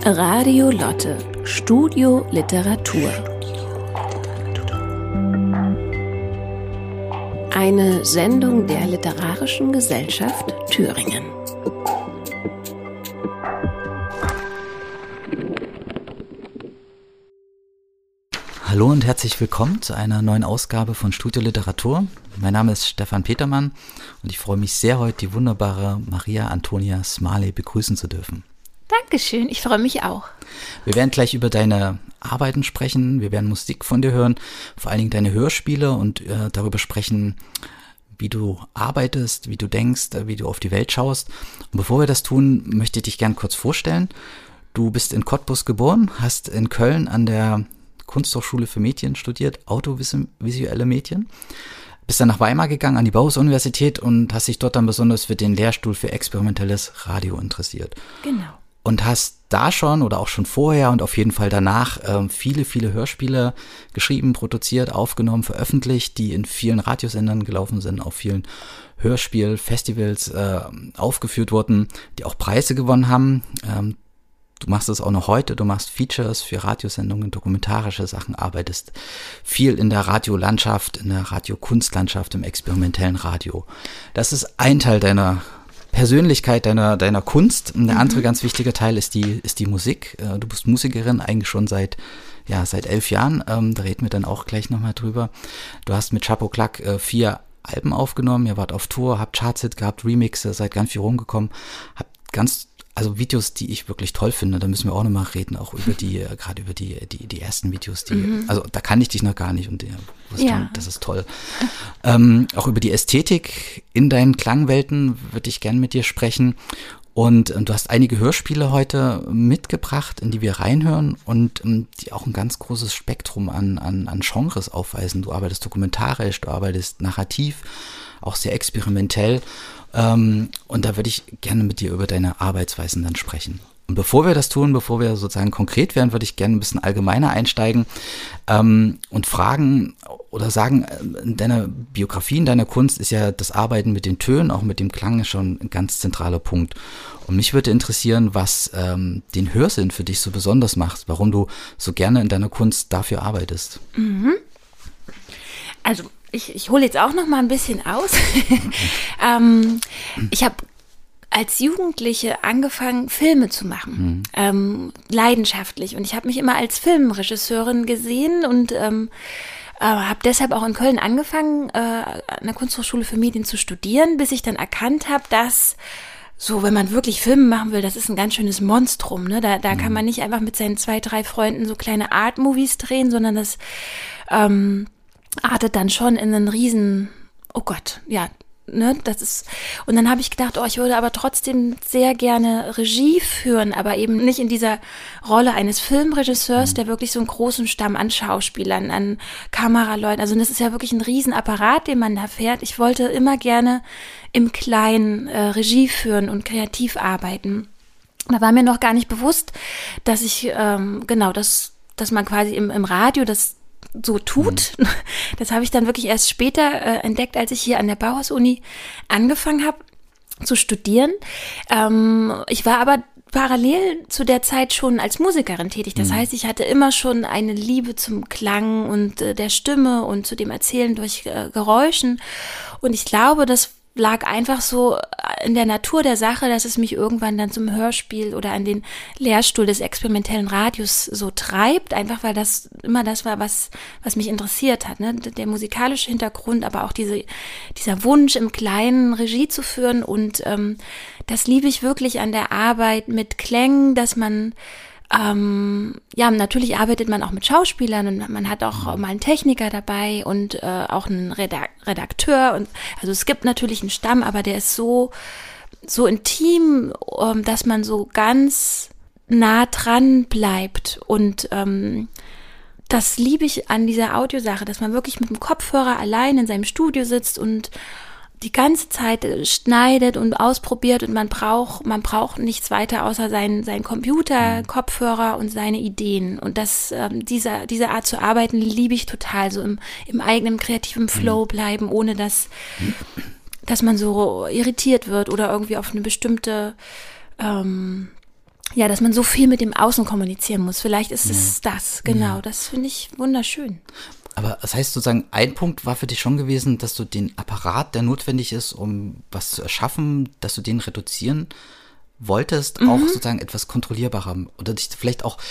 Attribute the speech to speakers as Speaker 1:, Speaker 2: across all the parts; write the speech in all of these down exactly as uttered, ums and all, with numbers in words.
Speaker 1: Radio Lotte, Studio Literatur. Eine Sendung der Literarischen Gesellschaft Thüringen.
Speaker 2: Hallo und herzlich willkommen zu einer neuen Ausgabe von Studio Literatur. Mein Name ist Stefan Petermann und ich freue mich sehr, heute die wunderbare Maria Antonia Smalley begrüßen zu dürfen.
Speaker 3: Dankeschön, ich freue mich auch.
Speaker 2: Wir werden gleich über deine Arbeiten sprechen, wir werden Musik von dir hören, vor allen Dingen deine Hörspiele und äh, darüber sprechen, wie du arbeitest, wie du denkst, wie du auf die Welt schaust. Und bevor wir das tun, möchte ich dich gern kurz vorstellen. Du bist in Cottbus geboren, hast in Köln an der Kunsthochschule für Medien studiert, audiovisuelle Medien. Bist dann nach Weimar gegangen an die Bauhaus-Universität und hast dich dort dann besonders für den Lehrstuhl für experimentelles Radio interessiert.
Speaker 3: Genau.
Speaker 2: Und hast da schon oder auch schon vorher und auf jeden Fall danach äh, viele, viele Hörspiele geschrieben, produziert, aufgenommen, veröffentlicht, die in vielen Radiosendern gelaufen sind, auf vielen Hörspielfestivals äh, aufgeführt wurden, die auch Preise gewonnen haben. Ähm, Du machst es auch noch heute, du machst Features für Radiosendungen, dokumentarische Sachen, arbeitest viel in der Radiolandschaft, in der Radiokunstlandschaft, im experimentellen Radio. Das ist ein Teil deiner Persönlichkeit, deiner, deiner Kunst. Und der mhm. andere ganz wichtige Teil ist die, ist die Musik. Du bist Musikerin eigentlich schon seit, ja, seit elf Jahren. Da reden wir dann auch gleich nochmal drüber. Du hast mit Chapeau Claque vier Alben aufgenommen, ihr wart auf Tour, habt Chartshit gehabt, Remixe, seid ganz viel rumgekommen, habt ganz Also Videos, die ich wirklich toll finde, da müssen wir auch nochmal reden, auch über die, äh, gerade über die, die, die ersten Videos, die, mhm. also da kann ich dich noch gar nicht und ja,
Speaker 3: ja.
Speaker 2: das ist toll. Ähm, auch über die Ästhetik in deinen Klangwelten würde ich gern mit dir sprechen. Und ähm, du hast einige Hörspiele heute mitgebracht, in die wir reinhören und ähm, die auch ein ganz großes Spektrum an, an, an Genres aufweisen. Du arbeitest dokumentarisch, du arbeitest narrativ, auch sehr experimentell. Ähm, und da würde ich gerne mit dir über deine Arbeitsweisen dann sprechen. Und bevor wir das tun, bevor wir sozusagen konkret werden, würde ich gerne ein bisschen allgemeiner einsteigen ähm, und fragen oder sagen, in deiner Biografie, in deiner Kunst ist ja das Arbeiten mit den Tönen, auch mit dem Klang schon ein ganz zentraler Punkt. Und mich würde interessieren, was ähm, den Hörsinn für dich so besonders macht, warum du so gerne in deiner Kunst dafür arbeitest.
Speaker 3: Mhm. Also Ich, ich hole jetzt auch noch mal ein bisschen aus. ähm, ich habe als Jugendliche angefangen, Filme zu machen, mhm. ähm, leidenschaftlich. Und ich habe mich immer als Filmregisseurin gesehen und ähm, äh, habe deshalb auch in Köln angefangen, äh, an der Kunsthochschule für Medien zu studieren, bis ich dann erkannt habe, dass so, wenn man wirklich Filme machen will, das ist ein ganz schönes Monstrum. Ne? Da, da mhm. kann man nicht einfach mit seinen zwei, drei Freunden so kleine Art-Movies drehen, sondern das ähm, artet dann schon in einen riesen, oh Gott, ja, ne, das ist, und dann habe ich gedacht, oh, ich würde aber trotzdem sehr gerne Regie führen, aber eben nicht in dieser Rolle eines Filmregisseurs, der wirklich so einen großen Stamm an Schauspielern, an Kameraleuten, also das ist ja wirklich ein Riesenapparat, den man da fährt. Ich wollte immer gerne im Kleinen äh, Regie führen und kreativ arbeiten. Da war mir noch gar nicht bewusst, dass ich, ähm, genau, dass, dass man quasi im, im Radio das so tut. Mhm. Das habe ich dann wirklich erst später äh, entdeckt, als ich hier an der Bauhaus-Uni angefangen habe zu studieren. Ähm, ich war aber parallel zu der Zeit schon als Musikerin tätig. Das mhm. heißt, ich hatte immer schon eine Liebe zum Klang und äh, der Stimme und zu dem Erzählen durch äh, Geräuschen. Und ich glaube, das lag einfach so in der Natur der Sache, dass es mich irgendwann dann zum Hörspiel oder an den Lehrstuhl des experimentellen Radios so treibt, einfach weil das immer das war, was was mich interessiert hat, ne? Der musikalische Hintergrund, aber auch diese dieser Wunsch, im Kleinen Regie zu führen und ähm, das liebe ich wirklich an der Arbeit mit Klängen, dass man Ähm, ja, natürlich arbeitet man auch mit Schauspielern und man hat auch mal einen Techniker dabei und äh, auch einen Redak- Redakteur und also es gibt natürlich einen Stamm, aber der ist so so intim, ähm, dass man so ganz nah dran bleibt und ähm, das liebe ich an dieser Audiosache, dass man wirklich mit dem Kopfhörer allein in seinem Studio sitzt und die ganze Zeit schneidet und ausprobiert und man braucht man braucht nichts weiter außer seinen seinen Computer, Kopfhörer und seine Ideen und das ähm, diese diese Art zu arbeiten liebe ich total, so im im eigenen kreativen Flow bleiben, ohne dass dass man so irritiert wird oder irgendwie auf eine bestimmte ähm, ja, dass man so viel mit dem Außen kommunizieren muss. Vielleicht ist es ja. das, genau.
Speaker 2: Ja.
Speaker 3: Das finde ich wunderschön.
Speaker 2: Aber das heißt sozusagen, ein Punkt war für dich schon gewesen, dass du den Apparat, der notwendig ist, um was zu erschaffen, dass du den reduzieren wolltest, mhm. auch sozusagen etwas kontrollierbarer oder dich vielleicht auch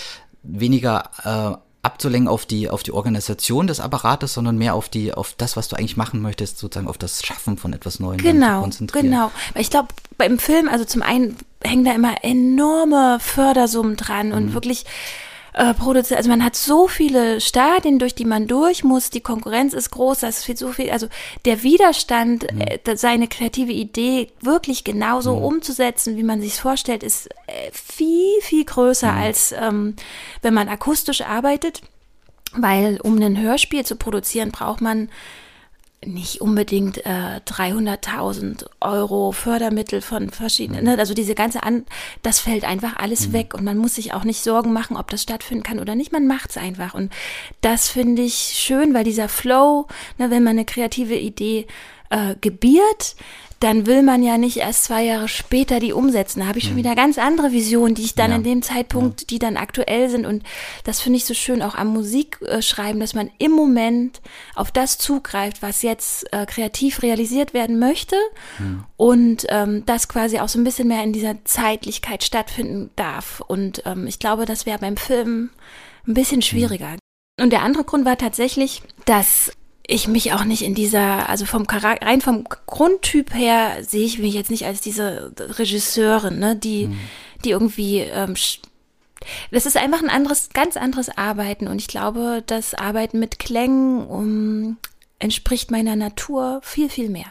Speaker 2: weniger äh, abzulenken auf die auf die Organisation des Apparates, sondern mehr auf die auf das, was du eigentlich machen möchtest, sozusagen auf das Schaffen von etwas Neuem
Speaker 3: genau,
Speaker 2: zu konzentrieren.
Speaker 3: Genau, weil ich glaube, beim Film, also zum einen hängen da immer enorme Fördersummen dran mhm. und wirklich äh, produziert, also man hat so viele Stadien, durch die man durch muss, die Konkurrenz ist groß, das ist viel, so viel, also der Widerstand, mhm. äh, seine kreative Idee wirklich genauso mhm. umzusetzen, wie man sich es vorstellt, ist äh, viel, viel größer, mhm. als ähm, wenn man akustisch arbeitet, weil um ein Hörspiel zu produzieren, braucht man nicht unbedingt äh, dreihunderttausend Euro Fördermittel von verschiedenen, ne? Also diese ganze, An das fällt einfach alles mhm. weg und man muss sich auch nicht Sorgen machen, ob das stattfinden kann oder nicht, man macht es einfach und das finde ich schön, weil dieser Flow, ne, wenn man eine kreative Idee äh, gebiert, dann will man ja nicht erst zwei Jahre später die umsetzen. Da habe ich schon wieder ganz andere Visionen, die ich dann
Speaker 2: ja.
Speaker 3: in dem Zeitpunkt, ja. die dann aktuell sind. Und das finde ich so schön auch am Musikschreiben, dass man im Moment auf das zugreift, was jetzt äh, kreativ realisiert werden möchte. Mhm. Und ähm, das quasi auch so ein bisschen mehr in dieser Zeitlichkeit stattfinden darf. Und ähm, ich glaube, das wäre beim Film ein bisschen schwieriger. Mhm. Und der andere Grund war tatsächlich, dass ich mich auch nicht in dieser, also vom Charakter, rein vom Grundtyp her sehe ich mich jetzt nicht als diese Regisseurin, ne, die, mhm. die irgendwie, ähm, das ist einfach ein anderes, ganz anderes Arbeiten und ich glaube, das Arbeiten mit Klängen um, entspricht meiner Natur viel, viel mehr.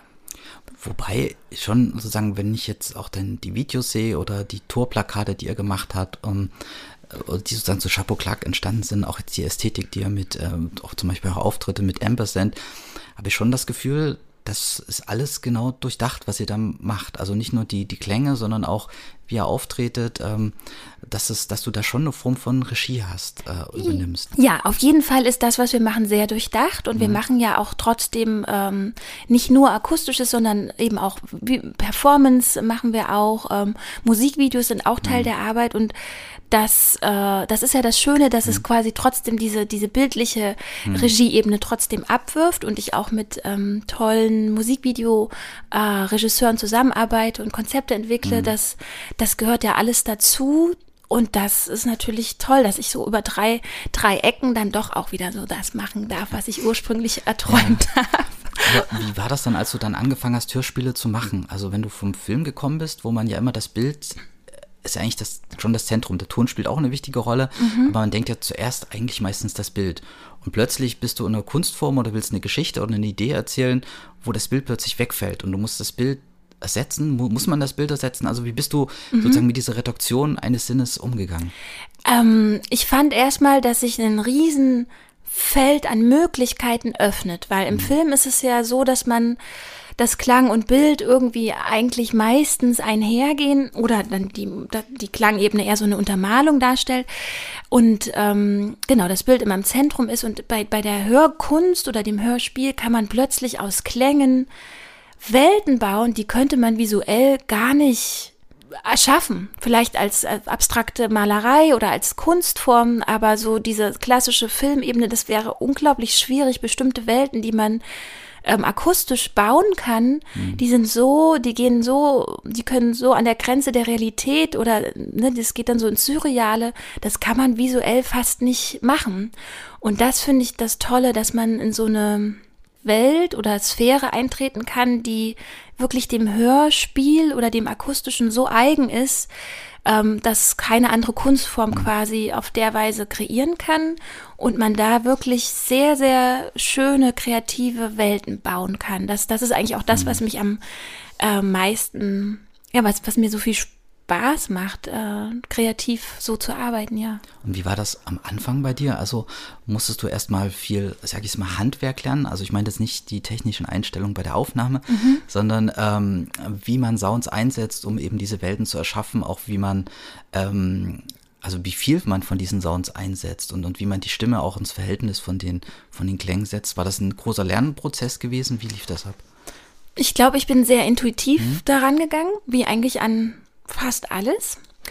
Speaker 2: Wobei schon sozusagen, wenn ich jetzt auch dann die Videos sehe oder die Tourplakate, die er gemacht hat, um, die sozusagen zu Chapeau Clark entstanden sind, auch jetzt die Ästhetik, die er mit, ähm, auch zum Beispiel auch Auftritte mit Ampersand, habe ich schon das Gefühl, das ist alles genau durchdacht, was ihr da macht. Also nicht nur die, die Klänge, sondern auch, wie er auftretet, ähm, dass, es, dass du da schon eine Form von Regie hast, äh, übernimmst.
Speaker 3: Ja, auf jeden Fall ist das, was wir machen, sehr durchdacht und mhm. wir machen ja auch trotzdem ähm, nicht nur Akustisches, sondern eben auch Performance machen wir auch, ähm, Musikvideos sind auch Teil mhm. der Arbeit und das, äh, das ist ja das Schöne, dass mhm. es quasi trotzdem diese, diese bildliche mhm. Regieebene trotzdem abwirft und ich auch mit ähm, tollen Musikvideo-Regisseuren äh, zusammenarbeite und Konzepte entwickle, mhm. das, das gehört ja alles dazu. Und das ist natürlich toll, dass ich so über drei, drei Ecken dann doch auch wieder so das machen darf, was ich ursprünglich erträumt ja. habe.
Speaker 2: Aber wie war das dann, als du dann angefangen hast, Hörspiele zu machen? Also wenn du vom Film gekommen bist, wo man ja immer das Bild, ist ja eigentlich das, schon das Zentrum. Der Ton spielt auch eine wichtige Rolle, mhm. aber man denkt ja zuerst eigentlich meistens das Bild. Und plötzlich bist du in einer Kunstform oder willst eine Geschichte oder eine Idee erzählen, wo das Bild plötzlich wegfällt und du musst das Bild ersetzen? Muss man das Bild ersetzen? Also wie bist du mhm. sozusagen mit dieser Reduktion eines Sinnes umgegangen?
Speaker 3: Ähm, ich fand erstmal, dass sich ein riesen Feld an Möglichkeiten öffnet, weil im mhm. Film ist es ja so, dass man das Klang und Bild irgendwie eigentlich meistens einhergehen oder dann die, die Klangebene eher so eine Untermalung darstellt und ähm, genau, das Bild immer im Zentrum ist und bei, bei der Hörkunst oder dem Hörspiel kann man plötzlich aus Klängen Welten bauen, die könnte man visuell gar nicht erschaffen. Vielleicht als abstrakte Malerei oder als Kunstform, aber so diese klassische Filmebene, das wäre unglaublich schwierig. Bestimmte Welten, die man ähm, akustisch bauen kann, mhm. die sind so, die gehen so, die können so an der Grenze der Realität oder ne, das geht dann so ins Surreale, das kann man visuell fast nicht machen. Und das finde ich das Tolle, dass man in so eine Welt oder Sphäre eintreten kann, die wirklich dem Hörspiel oder dem Akustischen so eigen ist, ähm, dass keine andere Kunstform quasi auf der Weise kreieren kann und man da wirklich sehr, sehr schöne, kreative Welten bauen kann. Das, das ist eigentlich auch das, was mich am äh, meisten, ja, was, was mir so viel Spaß macht, äh, kreativ so zu arbeiten, ja.
Speaker 2: Und wie war das am Anfang bei dir? Also musstest du erstmal viel, sag ich mal, Handwerk lernen? Also ich meine jetzt nicht die technischen Einstellungen bei der Aufnahme, mhm. sondern ähm, wie man Sounds einsetzt, um eben diese Welten zu erschaffen, auch wie man, ähm, also wie viel man von diesen Sounds einsetzt und, und wie man die Stimme auch ins Verhältnis von den, von den Klängen setzt. War das ein großer Lernprozess gewesen? Wie lief das ab?
Speaker 3: Ich glaube, ich bin sehr intuitiv mhm. daran gegangen, wie eigentlich an fast alles.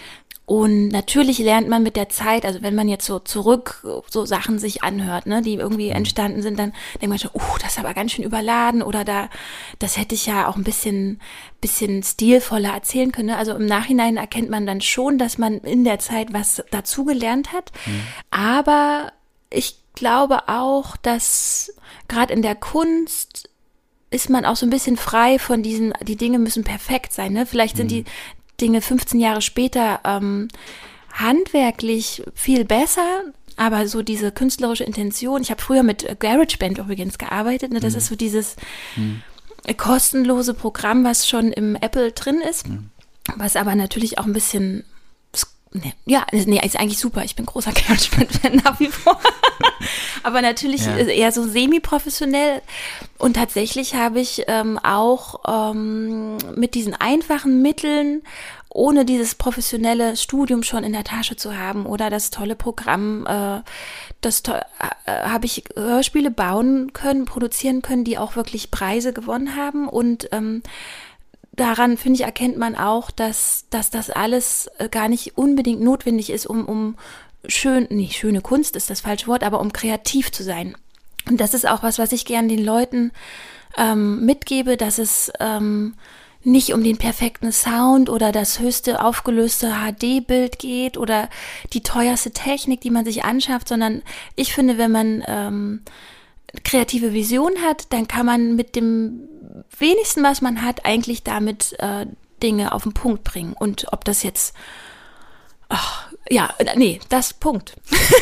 Speaker 3: Und natürlich lernt man mit der Zeit, also wenn man jetzt so zurück so Sachen sich anhört, ne, die irgendwie entstanden sind, dann denkt man schon, uh, das ist aber ganz schön überladen oder da, das hätte ich ja auch ein bisschen, bisschen stilvoller erzählen können. Ne? Also im Nachhinein erkennt man dann schon, dass man in der Zeit was dazugelernt hat. Mhm. Aber ich glaube auch, dass gerade in der Kunst ist man auch so ein bisschen frei von diesen, die Dinge müssen perfekt sein. Ne? Vielleicht sind mhm. die Dinge fünfzehn Jahre später ähm, handwerklich viel besser, aber so diese künstlerische Intention, ich habe früher mit GarageBand übrigens gearbeitet, ne? Das mhm. ist so dieses mhm. kostenlose Programm, was schon im Apple drin ist, mhm. was aber natürlich auch ein bisschen, ne, ja, nee, ist eigentlich super, ich bin großer GarageBand-Fan nach wie vor, aber natürlich ja. eher so semi-professionell und tatsächlich habe ich ähm, auch ähm, mit diesen einfachen Mitteln, ohne dieses professionelle Studium schon in der Tasche zu haben oder das tolle Programm, äh, das to- äh, habe ich Hörspiele bauen können, produzieren können, die auch wirklich Preise gewonnen haben und ähm, daran, finde ich, erkennt man auch, dass, dass das alles gar nicht unbedingt notwendig ist, um, um schön, nicht schöne Kunst ist das falsche Wort, aber um kreativ zu sein. Und das ist auch was, was ich gern den Leuten ähm, mitgebe, dass es ähm, nicht um den perfekten Sound oder das höchste aufgelöste H D-Bild geht oder die teuerste Technik, die man sich anschafft, sondern ich finde, wenn man ähm, kreative Vision hat, dann kann man mit dem wenigsten, was man hat, eigentlich damit äh, Dinge auf den Punkt bringen. Und ob das jetzt, ach, ja, nee, das Punkt.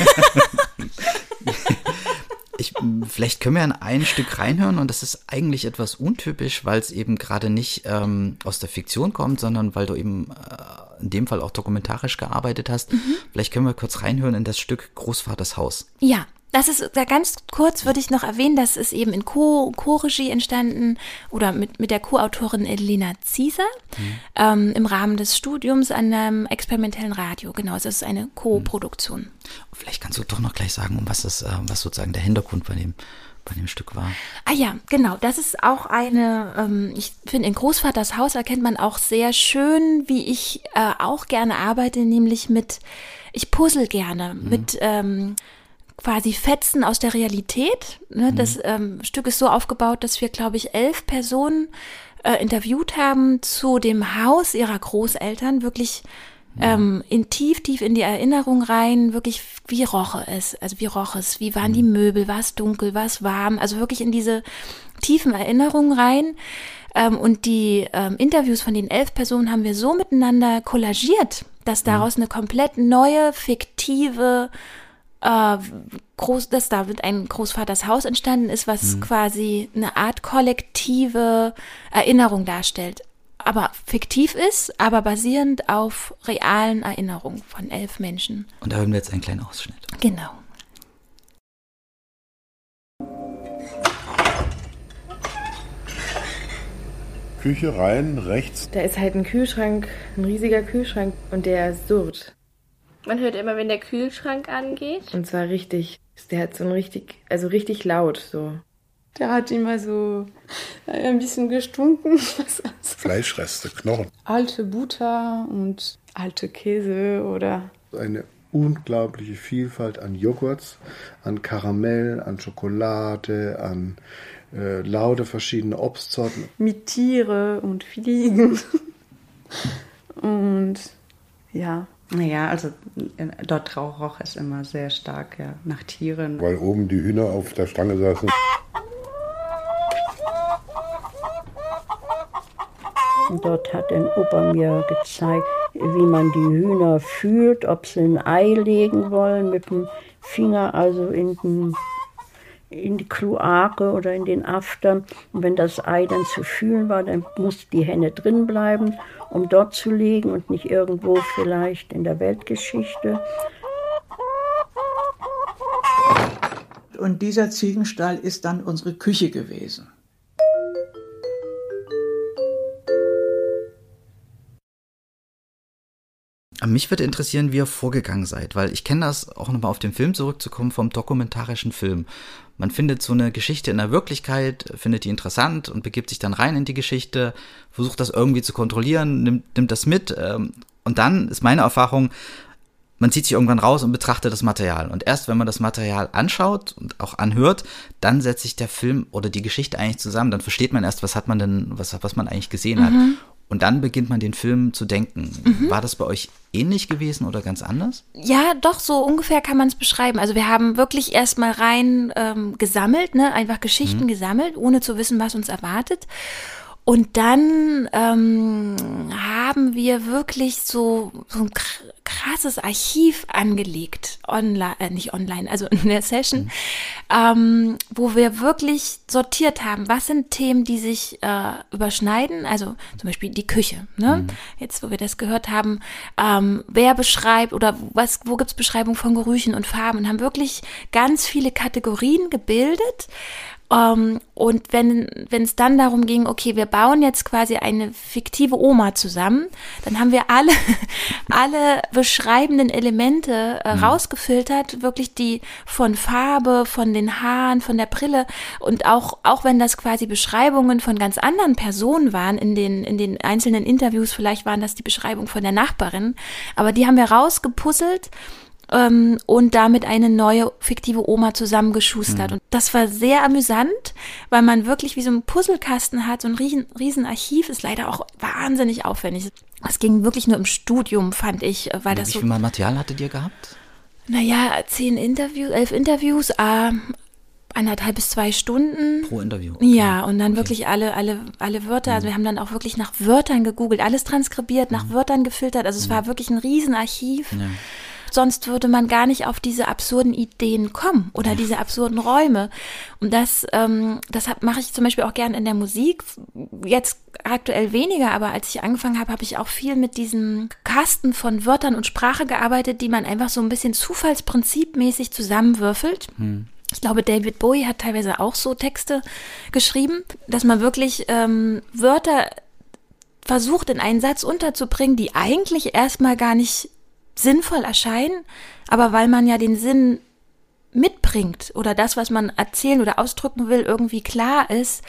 Speaker 2: Ich, vielleicht können wir in ein Stück reinhören und das ist eigentlich etwas untypisch, weil es eben gerade nicht ähm, aus der Fiktion kommt, sondern weil du eben äh, in dem Fall auch dokumentarisch gearbeitet hast. Mhm. Vielleicht können wir kurz reinhören in das Stück Großvaters Haus.
Speaker 3: Ja. Das ist, da ganz kurz würde ich noch erwähnen, das ist eben in Co- Co-Regie entstanden oder mit, mit der Co-Autorin Elena Zieser mhm. ähm, im Rahmen des Studiums an einem experimentellen Radio. Genau, es ist eine Co-Produktion. Mhm.
Speaker 2: Vielleicht kannst du doch noch gleich sagen, um was das, äh, was sozusagen der Hintergrund bei dem, bei dem Stück war.
Speaker 3: Ah ja, genau, das ist auch eine, ähm, ich finde, in Großvaters Haus erkennt man auch sehr schön, wie ich äh, auch gerne arbeite, nämlich mit, ich puzzle gerne, mhm. mit ähm, quasi Fetzen aus der Realität. Ne? Mhm. Das ähm, Stück ist so aufgebaut, dass wir, glaube ich, elf Personen äh, interviewt haben zu dem Haus ihrer Großeltern, wirklich mhm. ähm, in tief, tief in die Erinnerung rein, wirklich wie roch es, also wie roch es, wie waren mhm. die Möbel, war es dunkel, war es warm, also wirklich in diese tiefen Erinnerungen rein. Ähm, und die ähm, Interviews von den elf Personen haben wir so miteinander kollagiert, dass daraus mhm. eine komplett neue, fiktive Äh, groß, dass da mit ein Großvaters Haus entstanden ist, was mhm. quasi eine Art kollektive Erinnerung darstellt. Aber fiktiv ist, aber basierend auf realen Erinnerungen von elf Menschen.
Speaker 2: Und da hören wir jetzt einen kleinen Ausschnitt.
Speaker 3: Genau.
Speaker 4: Küche rein, rechts.
Speaker 5: Da ist halt ein Kühlschrank, ein riesiger Kühlschrank und der surrt.
Speaker 6: Man hört immer, wenn der Kühlschrank angeht.
Speaker 5: Und zwar richtig, der hat so ein richtig, also richtig laut so.
Speaker 6: Der hat immer so ein bisschen gestunken.
Speaker 4: Fleischreste, Knochen.
Speaker 6: Alte Butter und alte Käse oder...
Speaker 4: Eine unglaubliche Vielfalt an Joghurts, an Karamell, an Schokolade, an äh, lauter verschiedene Obstsorten.
Speaker 6: Mit Tiere und Fliegen. Und ja...
Speaker 7: Naja, also dort roch es immer sehr stark, ja, nach Tieren.
Speaker 4: Weil oben die Hühner auf der Stange saßen.
Speaker 8: Dort hat ein Opa mir gezeigt, wie man die Hühner fühlt, ob sie ein Ei legen wollen, mit dem Finger also in, den, in die Kloake oder in den After. Und wenn das Ei dann zu fühlen war, dann musste die Henne drin bleiben, um dort zu legen und nicht irgendwo vielleicht in der Weltgeschichte.
Speaker 9: Und dieser Ziegenstall ist dann unsere Küche gewesen.
Speaker 2: Mich würde interessieren, wie ihr vorgegangen seid, weil ich kenne das, auch nochmal auf den Film zurückzukommen, vom dokumentarischen Film. Man findet so eine Geschichte in der Wirklichkeit, findet die interessant und begibt sich dann rein in die Geschichte, versucht das irgendwie zu kontrollieren, nimmt, nimmt das mit. Ähm, Und dann ist meine Erfahrung, man zieht sich irgendwann raus und betrachtet das Material. Und erst wenn man das Material anschaut und auch anhört, dann setzt sich der Film oder die Geschichte eigentlich zusammen. Dann versteht man erst, was hat man denn, was, was man eigentlich gesehen hat.
Speaker 3: Mhm.
Speaker 2: Und dann beginnt man den Film zu denken. Mhm. War das bei euch ähnlich gewesen oder ganz anders?
Speaker 3: Ja, doch, so ungefähr kann man es beschreiben. Also wir haben wirklich erstmal rein ähm, gesammelt, ne, einfach Geschichten mhm. gesammelt, ohne zu wissen, was uns erwartet. Und dann ähm, haben wir wirklich so, so ein krasses Archiv angelegt, online, äh, nicht online, also in der Session, mhm. ähm, wo wir wirklich sortiert haben, was sind Themen, die sich äh, überschneiden, also zum Beispiel die Küche, ne? Mhm. Jetzt, wo wir das gehört haben, ähm, wer beschreibt oder was, wo gibt's Beschreibung von Gerüchen und Farben und haben wirklich ganz viele Kategorien gebildet. Um, und wenn wenn es dann darum ging, okay, wir bauen jetzt quasi eine fiktive Oma zusammen, dann haben wir alle alle beschreibenden Elemente äh, mhm. rausgefiltert, wirklich die von Farbe, von den Haaren, von der Brille und auch auch wenn das quasi Beschreibungen von ganz anderen Personen waren in den in den einzelnen Interviews, vielleicht waren das die Beschreibung von der Nachbarin, aber die haben wir rausgepuzzelt. Ähm, und damit eine neue fiktive Oma zusammengeschustert. Mhm. Und das war sehr amüsant, weil man wirklich wie so ein Puzzlekasten hat, so ein riesen, riesen Archiv, ist leider auch wahnsinnig aufwendig. Es ging wirklich nur im Studium, fand ich, weil das
Speaker 2: Wie
Speaker 3: so...
Speaker 2: viel Material hattet ihr gehabt?
Speaker 3: Naja, zehn Interviews, elf Interviews, äh, eineinhalb bis zwei Stunden.
Speaker 2: Pro Interview. Okay.
Speaker 3: Ja, und dann
Speaker 2: okay.
Speaker 3: wirklich alle, alle, alle Wörter. Also wir haben dann auch wirklich nach Wörtern gegoogelt, alles transkribiert, nach mhm. Wörtern gefiltert. Also es mhm. war wirklich ein Riesenarchiv. Ja. Sonst würde man gar nicht auf diese absurden Ideen kommen oder diese absurden Räume. Und das, ähm, das mache ich zum Beispiel auch gern in der Musik. Jetzt aktuell weniger, aber als ich angefangen habe, habe ich auch viel mit diesem Kasten von Wörtern und Sprache gearbeitet, die man einfach so ein bisschen zufallsprinzipmäßig zusammenwürfelt. Hm. Ich glaube, David Bowie hat teilweise auch so Texte geschrieben, dass man wirklich ähm, Wörter versucht, in einen Satz unterzubringen, die eigentlich erstmal gar nicht sinnvoll erscheinen, aber weil man ja den Sinn mitbringt oder das, was man erzählen oder ausdrücken will, irgendwie klar ist,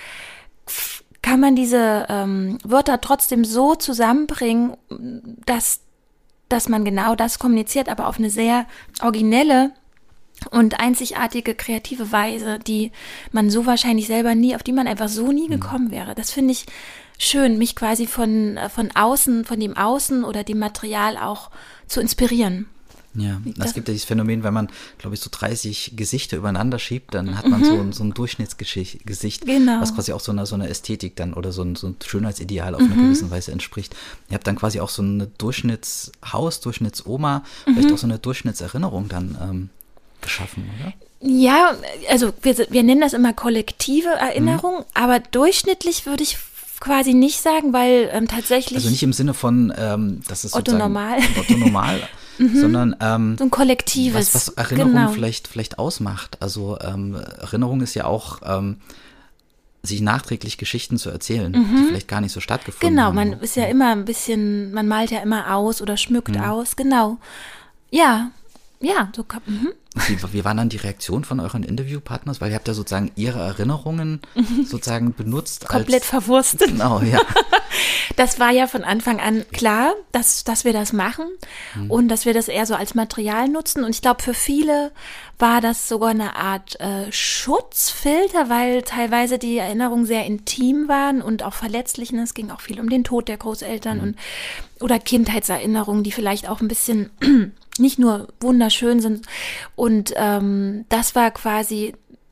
Speaker 3: kann man diese ähm, Wörter trotzdem so zusammenbringen, dass, dass man genau das kommuniziert, aber auf eine sehr originelle und einzigartige, kreative Weise, die man so wahrscheinlich selber nie, auf die man einfach so nie gekommen wäre. Das finde ich schön, mich quasi von, von außen, von dem Außen oder dem Material auch zu inspirieren.
Speaker 2: Ja, es gibt ja dieses Phänomen, wenn man, glaube ich, so dreißig Gesichter übereinander schiebt, dann hat man mhm. so, ein, so ein Durchschnittsgesicht,
Speaker 3: genau.
Speaker 2: was quasi auch so einer so eine Ästhetik dann oder so ein, so ein Schönheitsideal auf mhm. eine gewisse Weise entspricht. Ihr habt dann quasi auch so eine Durchschnittshaus, Durchschnittsoma, mhm. vielleicht auch so eine Durchschnittserinnerung dann ähm, geschaffen, oder?
Speaker 3: Ja, also wir, wir nennen das immer kollektive Erinnerung, mhm. aber durchschnittlich würde ich quasi nicht sagen, weil ähm, tatsächlich...
Speaker 2: Also nicht im Sinne von, ähm, das ist
Speaker 3: Otto Normal.
Speaker 2: Otto Normal, mhm. sondern ähm,
Speaker 3: so ein kollektives.
Speaker 2: Was, was Erinnerung
Speaker 3: genau.
Speaker 2: vielleicht, vielleicht ausmacht. Also ähm, Erinnerung ist ja auch, ähm, sich nachträglich Geschichten zu erzählen, mhm. die vielleicht gar nicht so stattgefunden
Speaker 3: genau,
Speaker 2: haben.
Speaker 3: Genau, man ist ja immer ein bisschen, man malt ja immer aus oder schmückt mhm. aus, genau. Ja, ja, so kann mhm.
Speaker 2: Wie, wie waren dann die Reaktionen von euren Interviewpartners? Weil ihr habt ja sozusagen ihre Erinnerungen sozusagen benutzt.
Speaker 3: Komplett
Speaker 2: als,
Speaker 3: verwurstet.
Speaker 2: Genau, ja.
Speaker 3: Das war ja von Anfang an klar, dass, dass wir das machen mhm. und dass wir das eher so als Material nutzen. Und ich glaube, für viele war das sogar eine Art äh, Schutzfilter, weil teilweise die Erinnerungen sehr intim waren und auch verletzlich. Es ging auch viel um den Tod der Großeltern mhm. und oder Kindheitserinnerungen, die vielleicht auch ein bisschen nicht nur wunderschön sind. Und ähm, das war quasi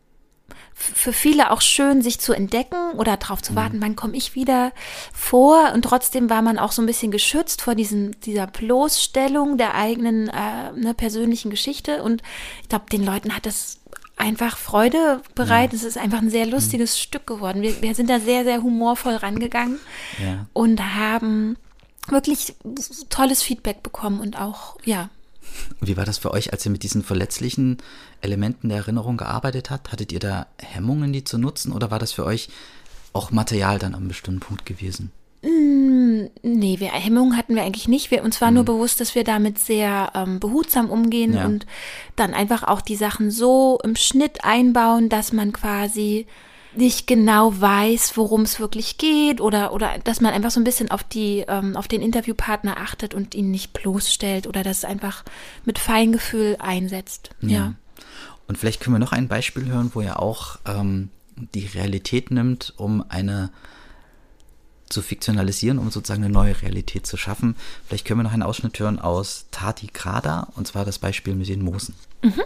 Speaker 3: für viele auch schön, sich zu entdecken oder darauf zu warten, mhm. wann komme ich wieder vor. Und trotzdem war man auch so ein bisschen geschützt vor diesem, dieser Bloßstellung der eigenen äh, ne, persönlichen Geschichte. Und ich glaube, den Leuten hat das einfach Freude bereitet. Ja. Es ist einfach ein sehr lustiges mhm. Stück geworden. Wir, wir sind da sehr, sehr humorvoll rangegangen ja. und haben wirklich tolles Feedback bekommen und auch, ja.
Speaker 2: Wie war das für euch, als ihr mit diesen verletzlichen Elementen der Erinnerung gearbeitet habt? Hattet ihr da Hemmungen, die zu nutzen, oder war das für euch auch Material dann an einem bestimmten Punkt gewesen?
Speaker 3: Mm, nee, wir, Hemmungen hatten wir eigentlich nicht. Wir, uns war mhm. nur bewusst, dass wir damit sehr ähm, behutsam umgehen ja. und dann einfach auch die Sachen so im Schnitt einbauen, dass man quasi nicht genau weiß, worum es wirklich geht oder oder dass man einfach so ein bisschen auf die ähm, auf den Interviewpartner achtet und ihn nicht bloßstellt oder das einfach mit Feingefühl einsetzt. Ja. ja.
Speaker 2: Und vielleicht können wir noch ein Beispiel hören, wo er auch ähm, die Realität nimmt, um eine zu fiktionalisieren, um sozusagen eine neue Realität zu schaffen. Vielleicht können wir noch einen Ausschnitt hören aus Tardigrada, und zwar das Beispiel mit den Moosen.
Speaker 3: Mhm.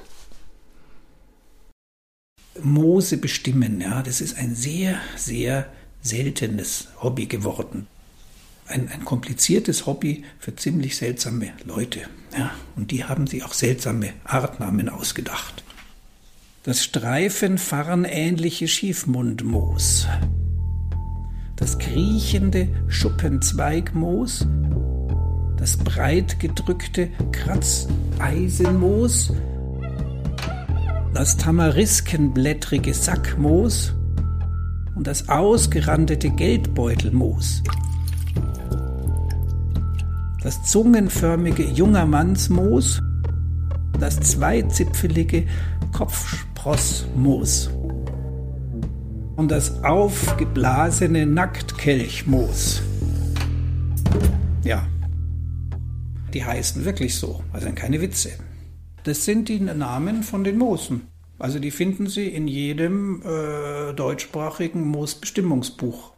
Speaker 10: Moose bestimmen, ja, das ist ein sehr, sehr seltenes Hobby geworden. Ein, ein kompliziertes Hobby für ziemlich seltsame Leute, ja, und die haben sich auch seltsame Artnamen ausgedacht. Das streifenfarnähnliche Schiefmundmoos, das kriechende Schuppenzweigmoos, das breit gedrückte Kratzeisenmoos, das tamariskenblättrige Sackmoos und das ausgerandete Geldbeutelmoos, das zungenförmige Jungermannsmoos, das zweizipfelige Kopfsprossmoos und das aufgeblasene Nacktkelchmoos. Ja, die heißen wirklich so, also keine Witze. Das sind die Namen von den Moosen. Also die finden Sie in jedem äh, deutschsprachigen Moosbestimmungsbuch.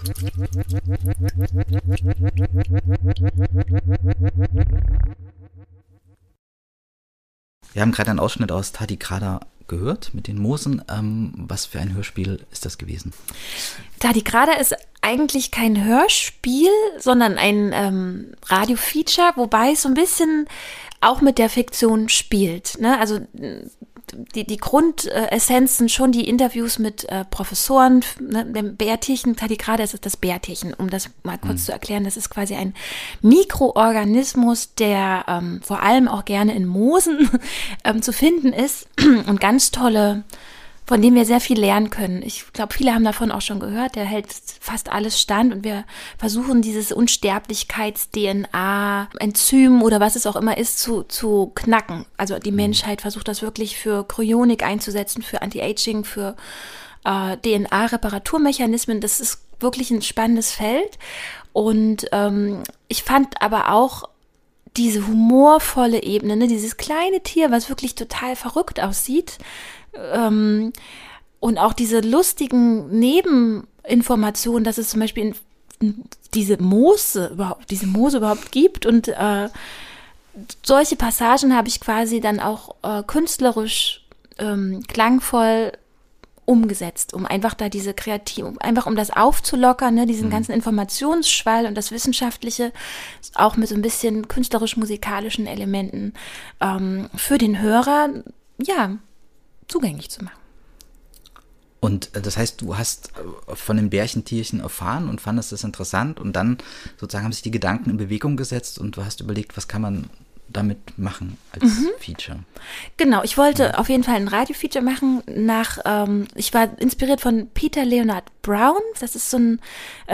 Speaker 2: Wir haben gerade einen Ausschnitt aus Tardigrada gehört mit den Moosen. Ähm, was für ein Hörspiel ist das gewesen?
Speaker 3: Tardigrada ist eigentlich kein Hörspiel, sondern ein ähm, Radio-Feature, wobei es so ein bisschen auch mit der Fiktion spielt. Ne? Also die, die Grundessenz sind schon die Interviews mit äh, Professoren, ne? Dem Bärtierchen, Tardigrada ist das Bärtierchen, um das mal kurz mhm. zu erklären. Das ist quasi ein Mikroorganismus, der ähm, vor allem auch gerne in Moosen ähm, zu finden ist und ganz tolle, von dem wir sehr viel lernen können. Ich glaube, viele haben davon auch schon gehört. Der hält fast alles stand und wir versuchen dieses Unsterblichkeits-D N A-Enzym oder was es auch immer ist, zu, zu knacken. Also die Menschheit versucht das wirklich für Kryonik einzusetzen, für Anti-Aging, für äh, D N A-Reparaturmechanismen. Das ist wirklich ein spannendes Feld. Und ähm, ich fand aber auch diese humorvolle Ebene, ne, dieses kleine Tier, was wirklich total verrückt aussieht, Ähm, und auch diese lustigen Nebeninformationen, dass es zum Beispiel in, diese Moose überhaupt, diese Moose überhaupt gibt und äh, solche Passagen habe ich quasi dann auch äh, künstlerisch ähm, klangvoll umgesetzt, um einfach da diese Kreativ, einfach um das aufzulockern, ne, diesen mhm. ganzen Informationsschwall und das Wissenschaftliche auch mit so ein bisschen künstlerisch-musikalischen Elementen ähm, für den Hörer, ja, zugänglich zu machen.
Speaker 2: Und das heißt, du hast von dem Bärchentierchen erfahren und fandest das interessant und dann sozusagen haben sich die Gedanken in Bewegung gesetzt und du hast überlegt, was kann man damit machen als mhm. Feature? Genau, ich wollte ja. auf jeden Fall ein Radio-Feature machen nach, ähm, ich war inspiriert von Peter Leonard Brown, das ist so ein äh,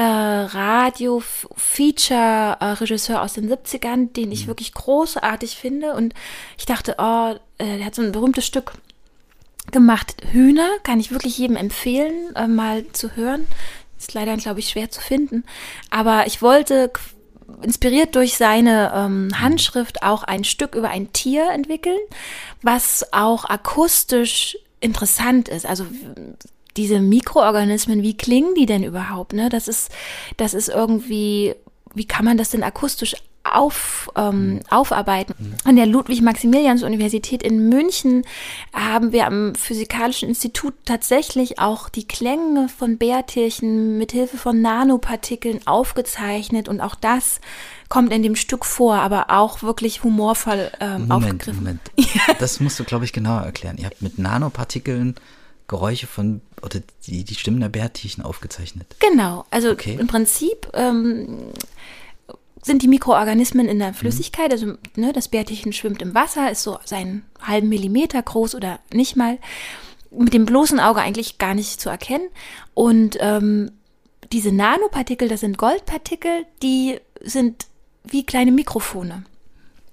Speaker 2: Radio-Feature-Regisseur aus den siebzigern, den ich mhm. wirklich großartig finde und ich dachte, oh, äh, der hat so ein berühmtes Stück gemacht, Hühner, kann ich wirklich jedem empfehlen, äh, mal zu hören. Ist leider, glaube ich, schwer zu finden. Aber ich wollte, inspiriert durch seine ähm, Handschrift, auch ein Stück über ein Tier entwickeln, was auch akustisch interessant ist. Also diese Mikroorganismen, wie klingen die denn überhaupt? Ne? Das ist, das ist irgendwie, wie kann man das denn akustisch Auf, ähm, aufarbeiten. An der Ludwig-Maximilians-Universität in München haben wir am Physikalischen Institut tatsächlich auch die Klänge von Bärtierchen mit Hilfe von Nanopartikeln aufgezeichnet und auch das kommt in dem Stück vor, aber auch wirklich humorvoll ähm, Moment,
Speaker 3: aufgegriffen.
Speaker 2: Moment, das musst du, glaube ich, genauer erklären. Ihr habt mit Nanopartikeln Geräusche von, oder die, die Stimmen der Bärtierchen aufgezeichnet.
Speaker 3: Genau, also
Speaker 2: okay.
Speaker 3: im Prinzip ähm, sind die Mikroorganismen in der Flüssigkeit, also ne, das Bärtierchen schwimmt im Wasser, ist so seinen halben Millimeter groß oder nicht mal, mit dem bloßen Auge eigentlich gar nicht zu erkennen. Und ähm, diese Nanopartikel, das sind Goldpartikel, die sind wie kleine Mikrofone.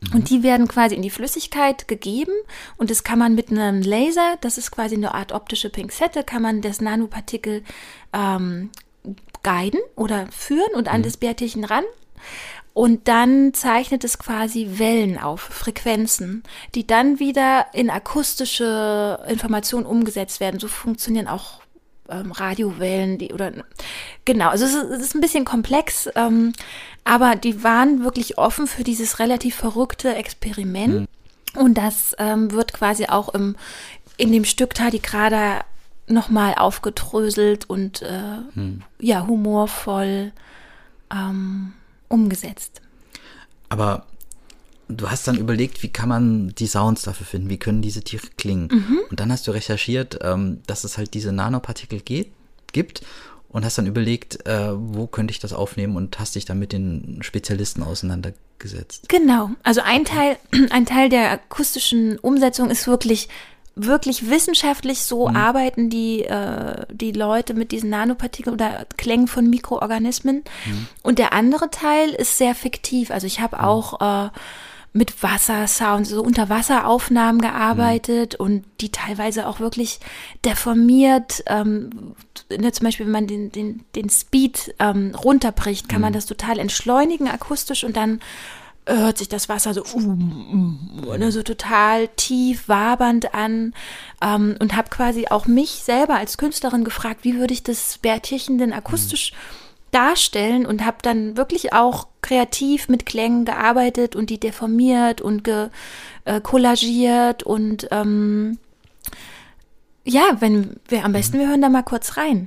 Speaker 3: Mhm. Und die werden quasi in die Flüssigkeit gegeben und das kann man mit einem Laser, das ist quasi eine Art optische Pinzette, kann man das Nanopartikel ähm, guiden oder führen und an mhm. das Bärtierchen ran. Und dann zeichnet es quasi Wellen auf, Frequenzen, die dann wieder in akustische Informationen umgesetzt werden. So funktionieren auch ähm, Radiowellen, die oder genau. Also es ist, es ist ein bisschen komplex, ähm, aber die waren wirklich offen für dieses relativ verrückte Experiment. Mhm. Und das ähm, wird quasi auch im in dem Stück Tardigrada nochmal aufgedröselt und äh, mhm. ja humorvoll ähm, umgesetzt.
Speaker 2: Aber du hast dann überlegt, wie kann man die Sounds dafür finden, wie können diese Tiere klingen? Mhm. Und dann hast du recherchiert, ähm, dass es halt diese Nanopartikel geht, gibt und hast dann überlegt, äh, wo könnte ich das aufnehmen und hast dich dann mit den Spezialisten auseinandergesetzt.
Speaker 3: Genau, also ein Teil, ein Teil der akustischen Umsetzung ist wirklich wirklich wissenschaftlich so mhm. arbeiten die, äh, die Leute mit diesen Nanopartikeln oder Klängen von Mikroorganismen. Mhm. Und der andere Teil ist sehr fiktiv. Also ich habe mhm. auch äh, mit Wassersounds, so Unterwasseraufnahmen gearbeitet mhm. und die teilweise auch wirklich deformiert. Ähm, ne, zum Beispiel, wenn man den, den, den Speed ähm, runterbricht, kann mhm. man das total entschleunigen akustisch und dann hört sich das Wasser so, um, um, ne, so total tief wabernd an ähm, und habe quasi auch mich selber als Künstlerin gefragt, wie würde ich das Bärtierchen denn akustisch mhm. darstellen und habe dann wirklich auch kreativ mit Klängen gearbeitet und die deformiert und ge, äh, collagiert und ähm, ja, wenn wir am besten, wir hören da mal kurz rein.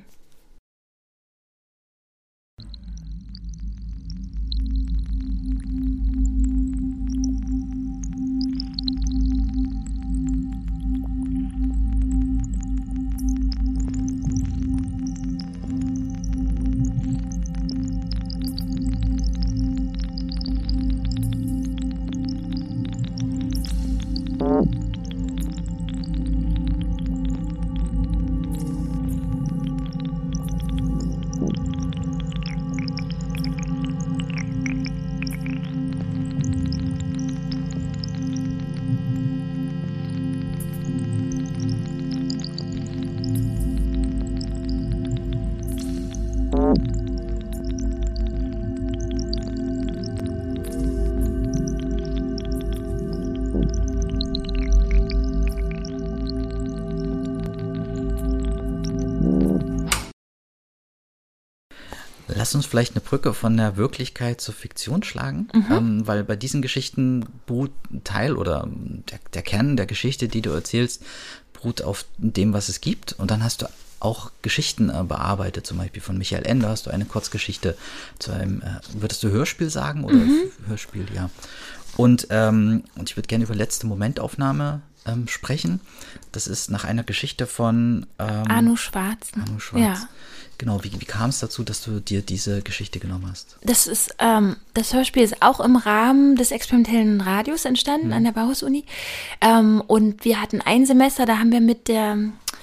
Speaker 2: Lass uns vielleicht eine Brücke von der Wirklichkeit zur Fiktion schlagen, mhm. ähm, weil bei diesen Geschichten beruht ein Teil oder der, der Kern der Geschichte, die du erzählst, beruht auf dem, was es gibt. Und dann hast du auch Geschichten äh, bearbeitet, zum Beispiel von Michael Ende hast du eine Kurzgeschichte zu einem, äh, würdest du Hörspiel sagen oder mhm. Hörspiel, ja. Und, ähm, und ich würde gerne über letzte Momentaufnahme ähm, sprechen. Das ist nach einer Geschichte von ähm,
Speaker 3: Arno Schwarz.
Speaker 2: Arno Schwarz. Ja. Genau, wie, wie kam es dazu, dass du dir diese Geschichte genommen hast?
Speaker 3: Das ist, ähm, das Hörspiel ist auch im Rahmen des experimentellen Radios entstanden mhm. an der Bauhaus-Uni. Ähm, und wir hatten ein Semester, da haben wir mit der,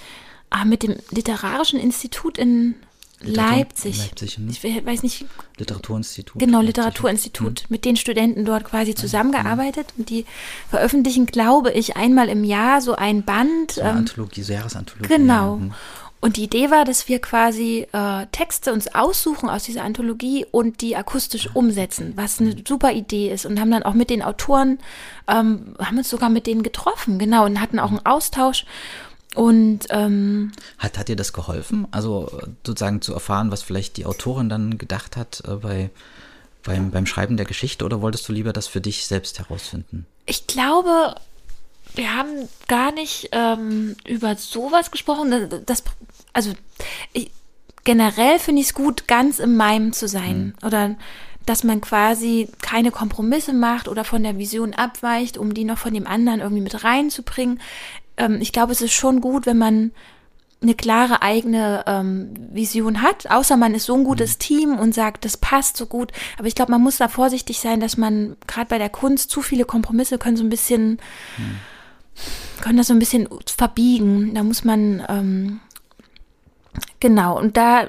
Speaker 3: ah, mit dem Literarischen Institut in Literatur, Leipzig,
Speaker 2: Leipzig hm?
Speaker 3: ich weiß nicht.
Speaker 2: Literaturinstitut.
Speaker 3: Genau, Literaturinstitut. Hm. Mit den Studenten dort quasi zusammengearbeitet. Hm. Und die veröffentlichen, glaube ich, einmal im Jahr so ein Band.
Speaker 2: So eine ähm, Anthologie, so Jahresanthologie.
Speaker 3: Genau.
Speaker 2: Hm.
Speaker 3: Und die Idee war, dass wir quasi äh, Texte uns aussuchen aus dieser Anthologie und die akustisch umsetzen, was eine super Idee ist. Und haben dann auch mit den Autoren, ähm, haben uns sogar mit denen getroffen, genau, und hatten auch einen Austausch. Und ähm,
Speaker 2: hat, hat dir das geholfen? Also sozusagen zu erfahren, was vielleicht die Autorin dann gedacht hat äh, bei, beim, beim Schreiben der Geschichte, oder wolltest du lieber das für dich selbst herausfinden?
Speaker 3: Ich glaube, wir haben gar nicht ähm, über sowas gesprochen. Das, das, also ich, generell finde ich es gut, ganz im Meim zu sein. Mhm. Oder dass man quasi keine Kompromisse macht oder von der Vision abweicht, um die noch von dem anderen irgendwie mit reinzubringen. Ähm, ich glaube, es ist schon gut, wenn man eine klare eigene ähm, Vision hat, außer man ist so ein gutes mhm. Team und sagt, das passt so gut. Aber ich glaube, man muss da vorsichtig sein, dass man gerade bei der Kunst zu viele Kompromisse können so ein bisschen, mhm. können das so ein bisschen verbiegen. Da muss man, ähm, genau, und da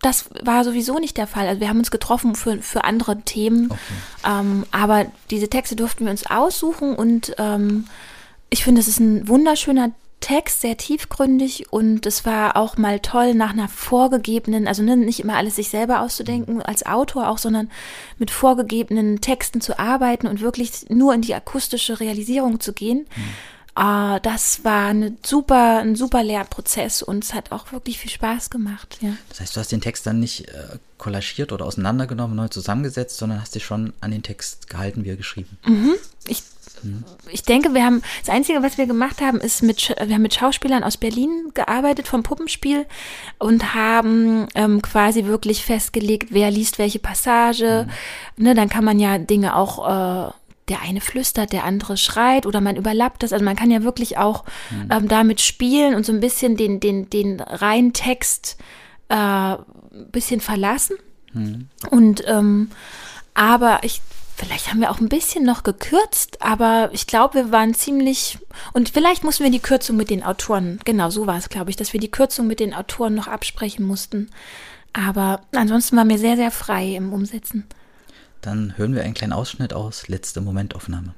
Speaker 3: das war sowieso nicht der Fall. Also wir haben uns getroffen für, für andere Themen, okay. ähm, aber diese Texte durften wir uns aussuchen und ähm, ich finde, es ist ein wunderschöner Text, sehr tiefgründig und es war auch mal toll nach einer vorgegebenen, also nicht immer alles sich selber auszudenken als Autor auch, sondern mit vorgegebenen Texten zu arbeiten und wirklich nur in die akustische Realisierung zu gehen. Mhm. Uh, das war eine super, ein super Lehrprozess und es hat auch wirklich viel Spaß gemacht. Ja.
Speaker 2: Das heißt, du hast den Text dann nicht äh, kollagiert oder auseinandergenommen, neu zusammengesetzt, sondern hast dich schon an den Text gehalten, wie er geschrieben.
Speaker 3: Mhm. Ich, mhm. ich denke, wir haben, das Einzige, was wir gemacht haben, ist, mit, wir haben mit Schauspielern aus Berlin gearbeitet vom Puppenspiel und haben ähm, quasi wirklich festgelegt, wer liest welche Passage. Mhm. Ne, dann kann man ja Dinge auch äh, der eine flüstert, der andere schreit oder man überlappt das. Also man kann ja wirklich auch mhm. ähm, damit spielen und so ein bisschen den, den, den reinen Text äh, ein bisschen verlassen. Mhm. Und ähm, aber ich, vielleicht haben wir auch ein bisschen noch gekürzt, aber ich glaube, wir waren ziemlich, und vielleicht mussten wir die Kürzung mit den Autoren, genau so war es, glaube ich, dass wir die Kürzung mit den Autoren noch absprechen mussten. Aber ansonsten waren wir sehr, sehr frei im Umsetzen.
Speaker 2: Dann hören wir einen kleinen Ausschnitt aus Letzte Momentaufnahme.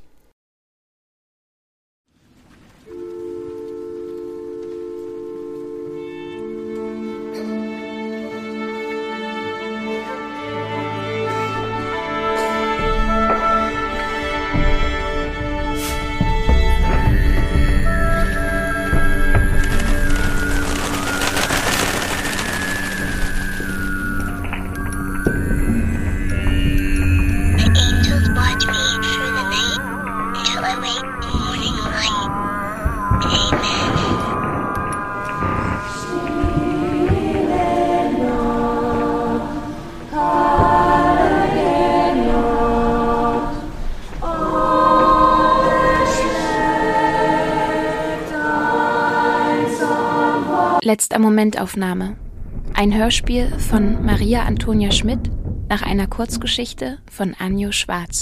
Speaker 1: Letzter Momentaufnahme. Ein Hörspiel von Maria Antonia Schmidt nach einer Kurzgeschichte von Anjo Schwarz.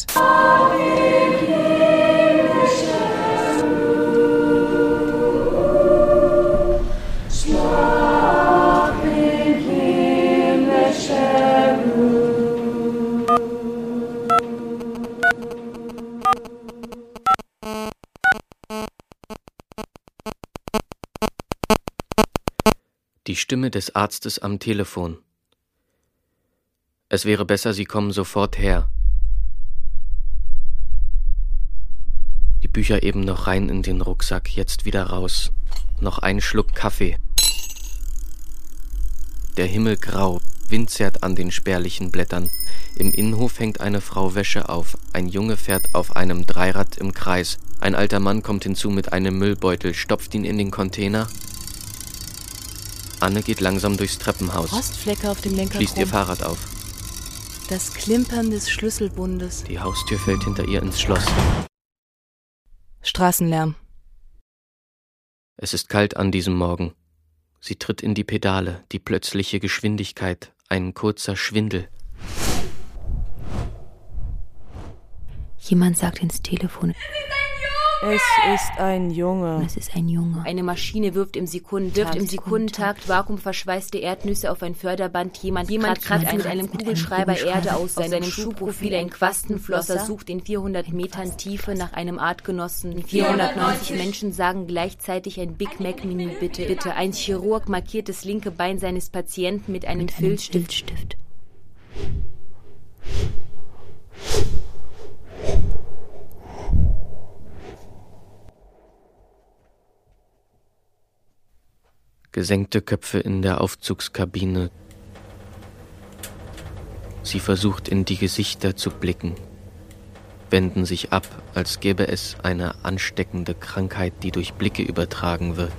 Speaker 11: Die Stimme des Arztes am Telefon. Es wäre besser, Sie kommen sofort her. Die Bücher eben noch rein in den Rucksack, jetzt wieder raus. Noch ein Schluck Kaffee. Der Himmel grau, Wind zerrt an den spärlichen Blättern. Im Innenhof hängt eine Frau Wäsche auf. Ein Junge fährt auf einem Dreirad im Kreis. Ein alter Mann kommt hinzu mit einem Müllbeutel, stopft ihn in den Container. Anne geht langsam durchs Treppenhaus.
Speaker 12: Rostflecke auf dem Lenker.
Speaker 11: Schließt ihr Fahrrad auf.
Speaker 12: Das Klimpern des Schlüsselbundes.
Speaker 11: Die Haustür fällt hinter ihr ins Schloss.
Speaker 12: Straßenlärm.
Speaker 11: Es ist kalt an diesem Morgen. Sie tritt in die Pedale, die plötzliche Geschwindigkeit, ein kurzer Schwindel.
Speaker 3: Jemand sagt ins Telefon.
Speaker 12: Es ist ein Junge.
Speaker 3: Es ist ein Junge.
Speaker 13: Eine Maschine wirft im Sekundentakt, wirft im Sekundentakt vakuumverschweißte Erdnüsse auf ein Förderband. Jemand, Jemand kratzt mit einem Kugelschreiber Erde aus seinem Schuhprofil. Ein Quastenflosser sucht in vierhundert Metern Tiefe nach einem Artgenossen. vierhundertneunzig Menschen sagen gleichzeitig ein Big Mac Menü bitte. Bitte. Ein Chirurg markiert das linke Bein seines Patienten mit einem Filzstift.
Speaker 3: Filzstift.
Speaker 11: Gesenkte Köpfe in der Aufzugskabine. Sie versucht, in die Gesichter zu blicken, wenden sich ab, als gäbe es eine ansteckende Krankheit, die durch Blicke übertragen wird.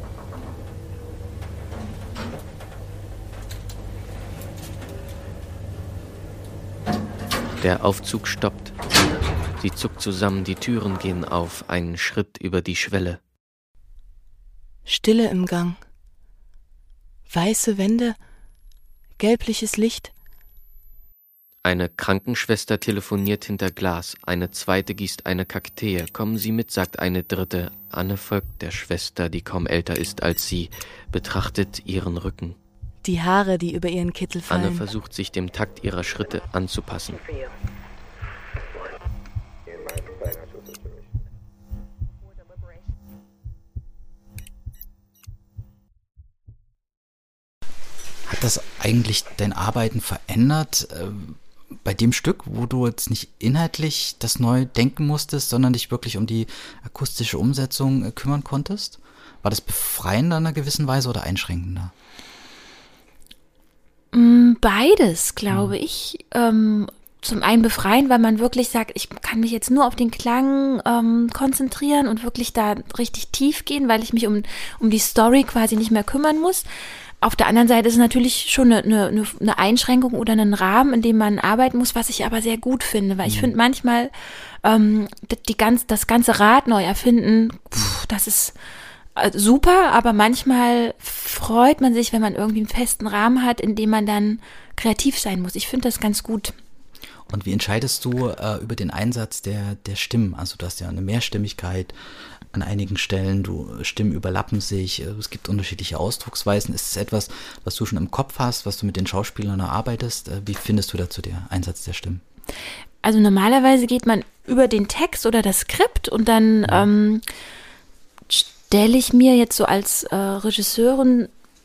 Speaker 11: Der Aufzug stoppt. Sie zuckt zusammen, die Türen gehen auf, einen Schritt über die Schwelle.
Speaker 12: Stille im Gang. Weiße Wände, gelbliches Licht.
Speaker 11: Eine Krankenschwester telefoniert hinter Glas, eine zweite gießt eine Kaktee. Kommen Sie mit, sagt eine dritte. Anne folgt der Schwester, die kaum älter ist als sie, betrachtet ihren Rücken.
Speaker 12: Die Haare, die über ihren Kittel fallen.
Speaker 11: Anne versucht sich dem Takt ihrer Schritte anzupassen.
Speaker 2: Hat das eigentlich dein Arbeiten verändert? Äh, bei dem Stück, wo du jetzt nicht inhaltlich das neu denken musstest, sondern dich wirklich um die akustische Umsetzung äh, kümmern konntest? War das befreiender in einer gewissen Weise oder einschränkender?
Speaker 3: Beides, glaube mhm. ich. Ähm, zum einen befreien, weil man wirklich sagt, ich kann mich jetzt nur auf den Klang ähm, konzentrieren und wirklich da richtig tief gehen, weil ich mich um, um die Story quasi nicht mehr kümmern muss. Auf der anderen Seite ist es natürlich schon eine, eine, eine Einschränkung oder einen Rahmen, in dem man arbeiten muss, was ich aber sehr gut finde, weil ich finde manchmal ähm, die ganz, das ganze Rad neu erfinden, pff, das ist super, aber manchmal freut man sich, wenn man irgendwie einen festen Rahmen hat, in dem man dann kreativ sein muss. Ich finde das ganz gut.
Speaker 2: Und wie entscheidest du äh, über den Einsatz der, der Stimmen? Also du hast ja eine Mehrstimmigkeit an einigen Stellen, du Stimmen überlappen sich, es gibt unterschiedliche Ausdrucksweisen. Ist es etwas, was du schon im Kopf hast, was du mit den Schauspielern erarbeitest? Wie findest du dazu den Einsatz der Stimmen?
Speaker 3: Also normalerweise geht man über den Text oder das Skript und dann ja. ähm, stelle ich mir jetzt so als äh, Regisseurin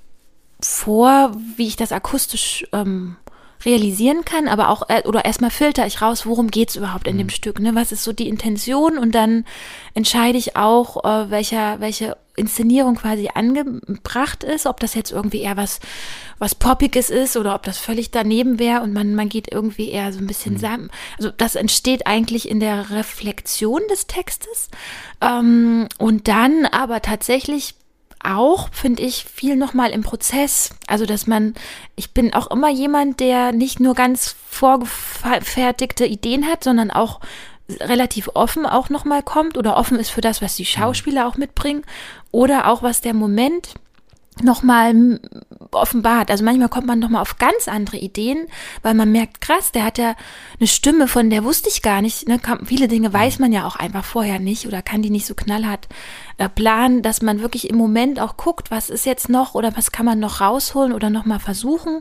Speaker 3: vor, wie ich das akustisch ähm, realisieren kann, aber auch, äh, oder erstmal filter ich raus, worum geht's überhaupt in mhm. dem Stück, ne? Was ist so die Intention und dann entscheide ich auch, äh, welcher, welche Inszenierung quasi angebracht ist, ob das jetzt irgendwie eher was, was Poppiges ist oder ob das völlig daneben wäre und man, man geht irgendwie eher so ein bisschen mhm. sam. Also das entsteht eigentlich in der Reflexion des Textes ähm, und dann aber tatsächlich auch, finde ich, viel nochmal im Prozess. Also, dass man, ich bin auch immer jemand, der nicht nur ganz vorgefertigte Ideen hat, sondern auch relativ offen auch nochmal kommt oder offen ist für das, was die Schauspieler auch mitbringen oder auch, was der Moment nochmal offenbart. Also manchmal kommt man nochmal auf ganz andere Ideen, weil man merkt, krass, der hat ja eine Stimme, von der wusste ich gar nicht. Ne? Viele Dinge weiß man ja auch einfach vorher nicht oder kann die nicht so knallhart äh, planen, dass man wirklich im Moment auch guckt, was ist jetzt noch oder was kann man noch rausholen oder nochmal versuchen.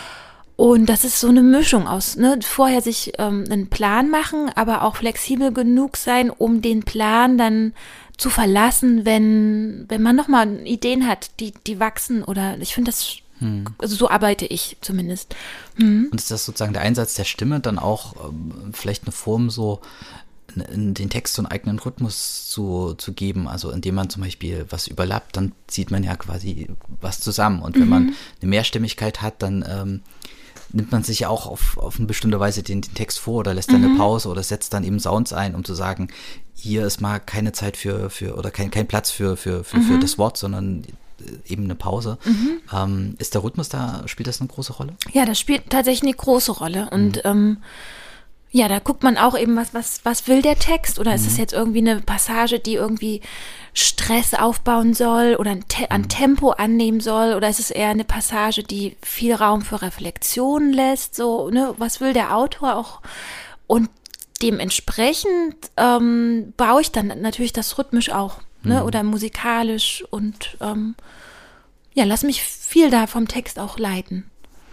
Speaker 3: Und das ist so eine Mischung aus, ne? Vorher sich ähm, einen Plan machen, aber auch flexibel genug sein, um den Plan dann zu verlassen, wenn wenn man nochmal Ideen hat, die die wachsen oder ich finde das, hm. also so arbeite ich zumindest. Hm.
Speaker 2: Und ist das sozusagen der Einsatz der Stimme dann auch ähm, vielleicht eine Form so in den Text so einen eigenen Rhythmus zu, zu geben, also indem man zum Beispiel was überlappt, dann zieht man ja quasi was zusammen und wenn mhm. man eine Mehrstimmigkeit hat, dann ähm, nimmt man sich ja auch auf, auf eine bestimmte Weise den, den Text vor oder lässt dann mhm. eine Pause oder setzt dann eben Sounds ein, um zu sagen, hier ist mal keine Zeit für, für oder kein, kein Platz für, für, für, mhm. für das Wort, sondern eben eine Pause. Mhm. Ähm, ist der Rhythmus da, spielt das eine große Rolle?
Speaker 3: Ja, das spielt tatsächlich eine große Rolle und mhm. ähm, ja, da guckt man auch eben, was, was, was will der Text oder mhm. ist es jetzt irgendwie eine Passage, die irgendwie Stress aufbauen soll oder ein Te- an Tempo annehmen soll oder ist es eher eine Passage, die viel Raum für Reflexion lässt, so, ne, was will der Autor auch und dementsprechend ähm, baue ich dann natürlich das rhythmisch auch, ne, mhm. oder musikalisch und ähm, ja, lass mich viel da vom Text auch leiten.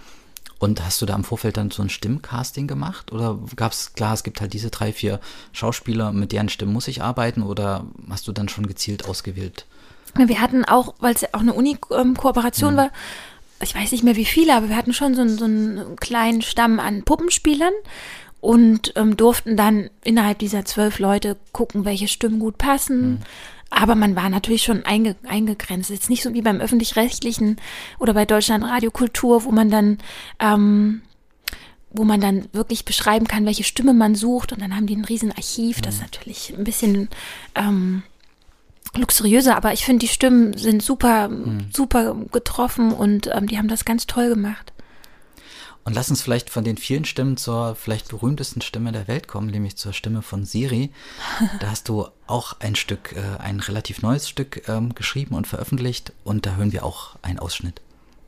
Speaker 2: Und hast du da im Vorfeld dann so ein Stimmcasting gemacht? Oder gab es, klar, es gibt halt diese drei, vier Schauspieler, mit deren Stimmen muss ich arbeiten? Oder hast du dann schon gezielt ausgewählt?
Speaker 3: Wir hatten auch, weil es ja auch eine Uni-Kooperation mhm. war, ich weiß nicht mehr wie viele, aber wir hatten schon so, so einen kleinen Stamm an Puppenspielern und ähm, durften dann innerhalb dieser zwölf Leute gucken, welche Stimmen gut passen. Mhm. Aber man war natürlich schon einge, eingegrenzt. Jetzt nicht so wie beim Öffentlich-Rechtlichen oder bei Deutschlandradio Kultur, wo man dann, ähm, wo man dann wirklich beschreiben kann, welche Stimme man sucht. Und dann haben die ein riesen Archiv. Das ist natürlich ein bisschen ähm, luxuriöser. Aber ich finde, die Stimmen sind super, mhm. super getroffen und ähm, die haben das ganz toll gemacht.
Speaker 2: Und lass uns vielleicht von den vielen Stimmen zur vielleicht berühmtesten Stimme der Welt kommen, nämlich zur Stimme von Siri. Da hast du auch ein Stück, äh, ein relativ neues Stück ähm, geschrieben und veröffentlicht und da hören wir auch einen Ausschnitt.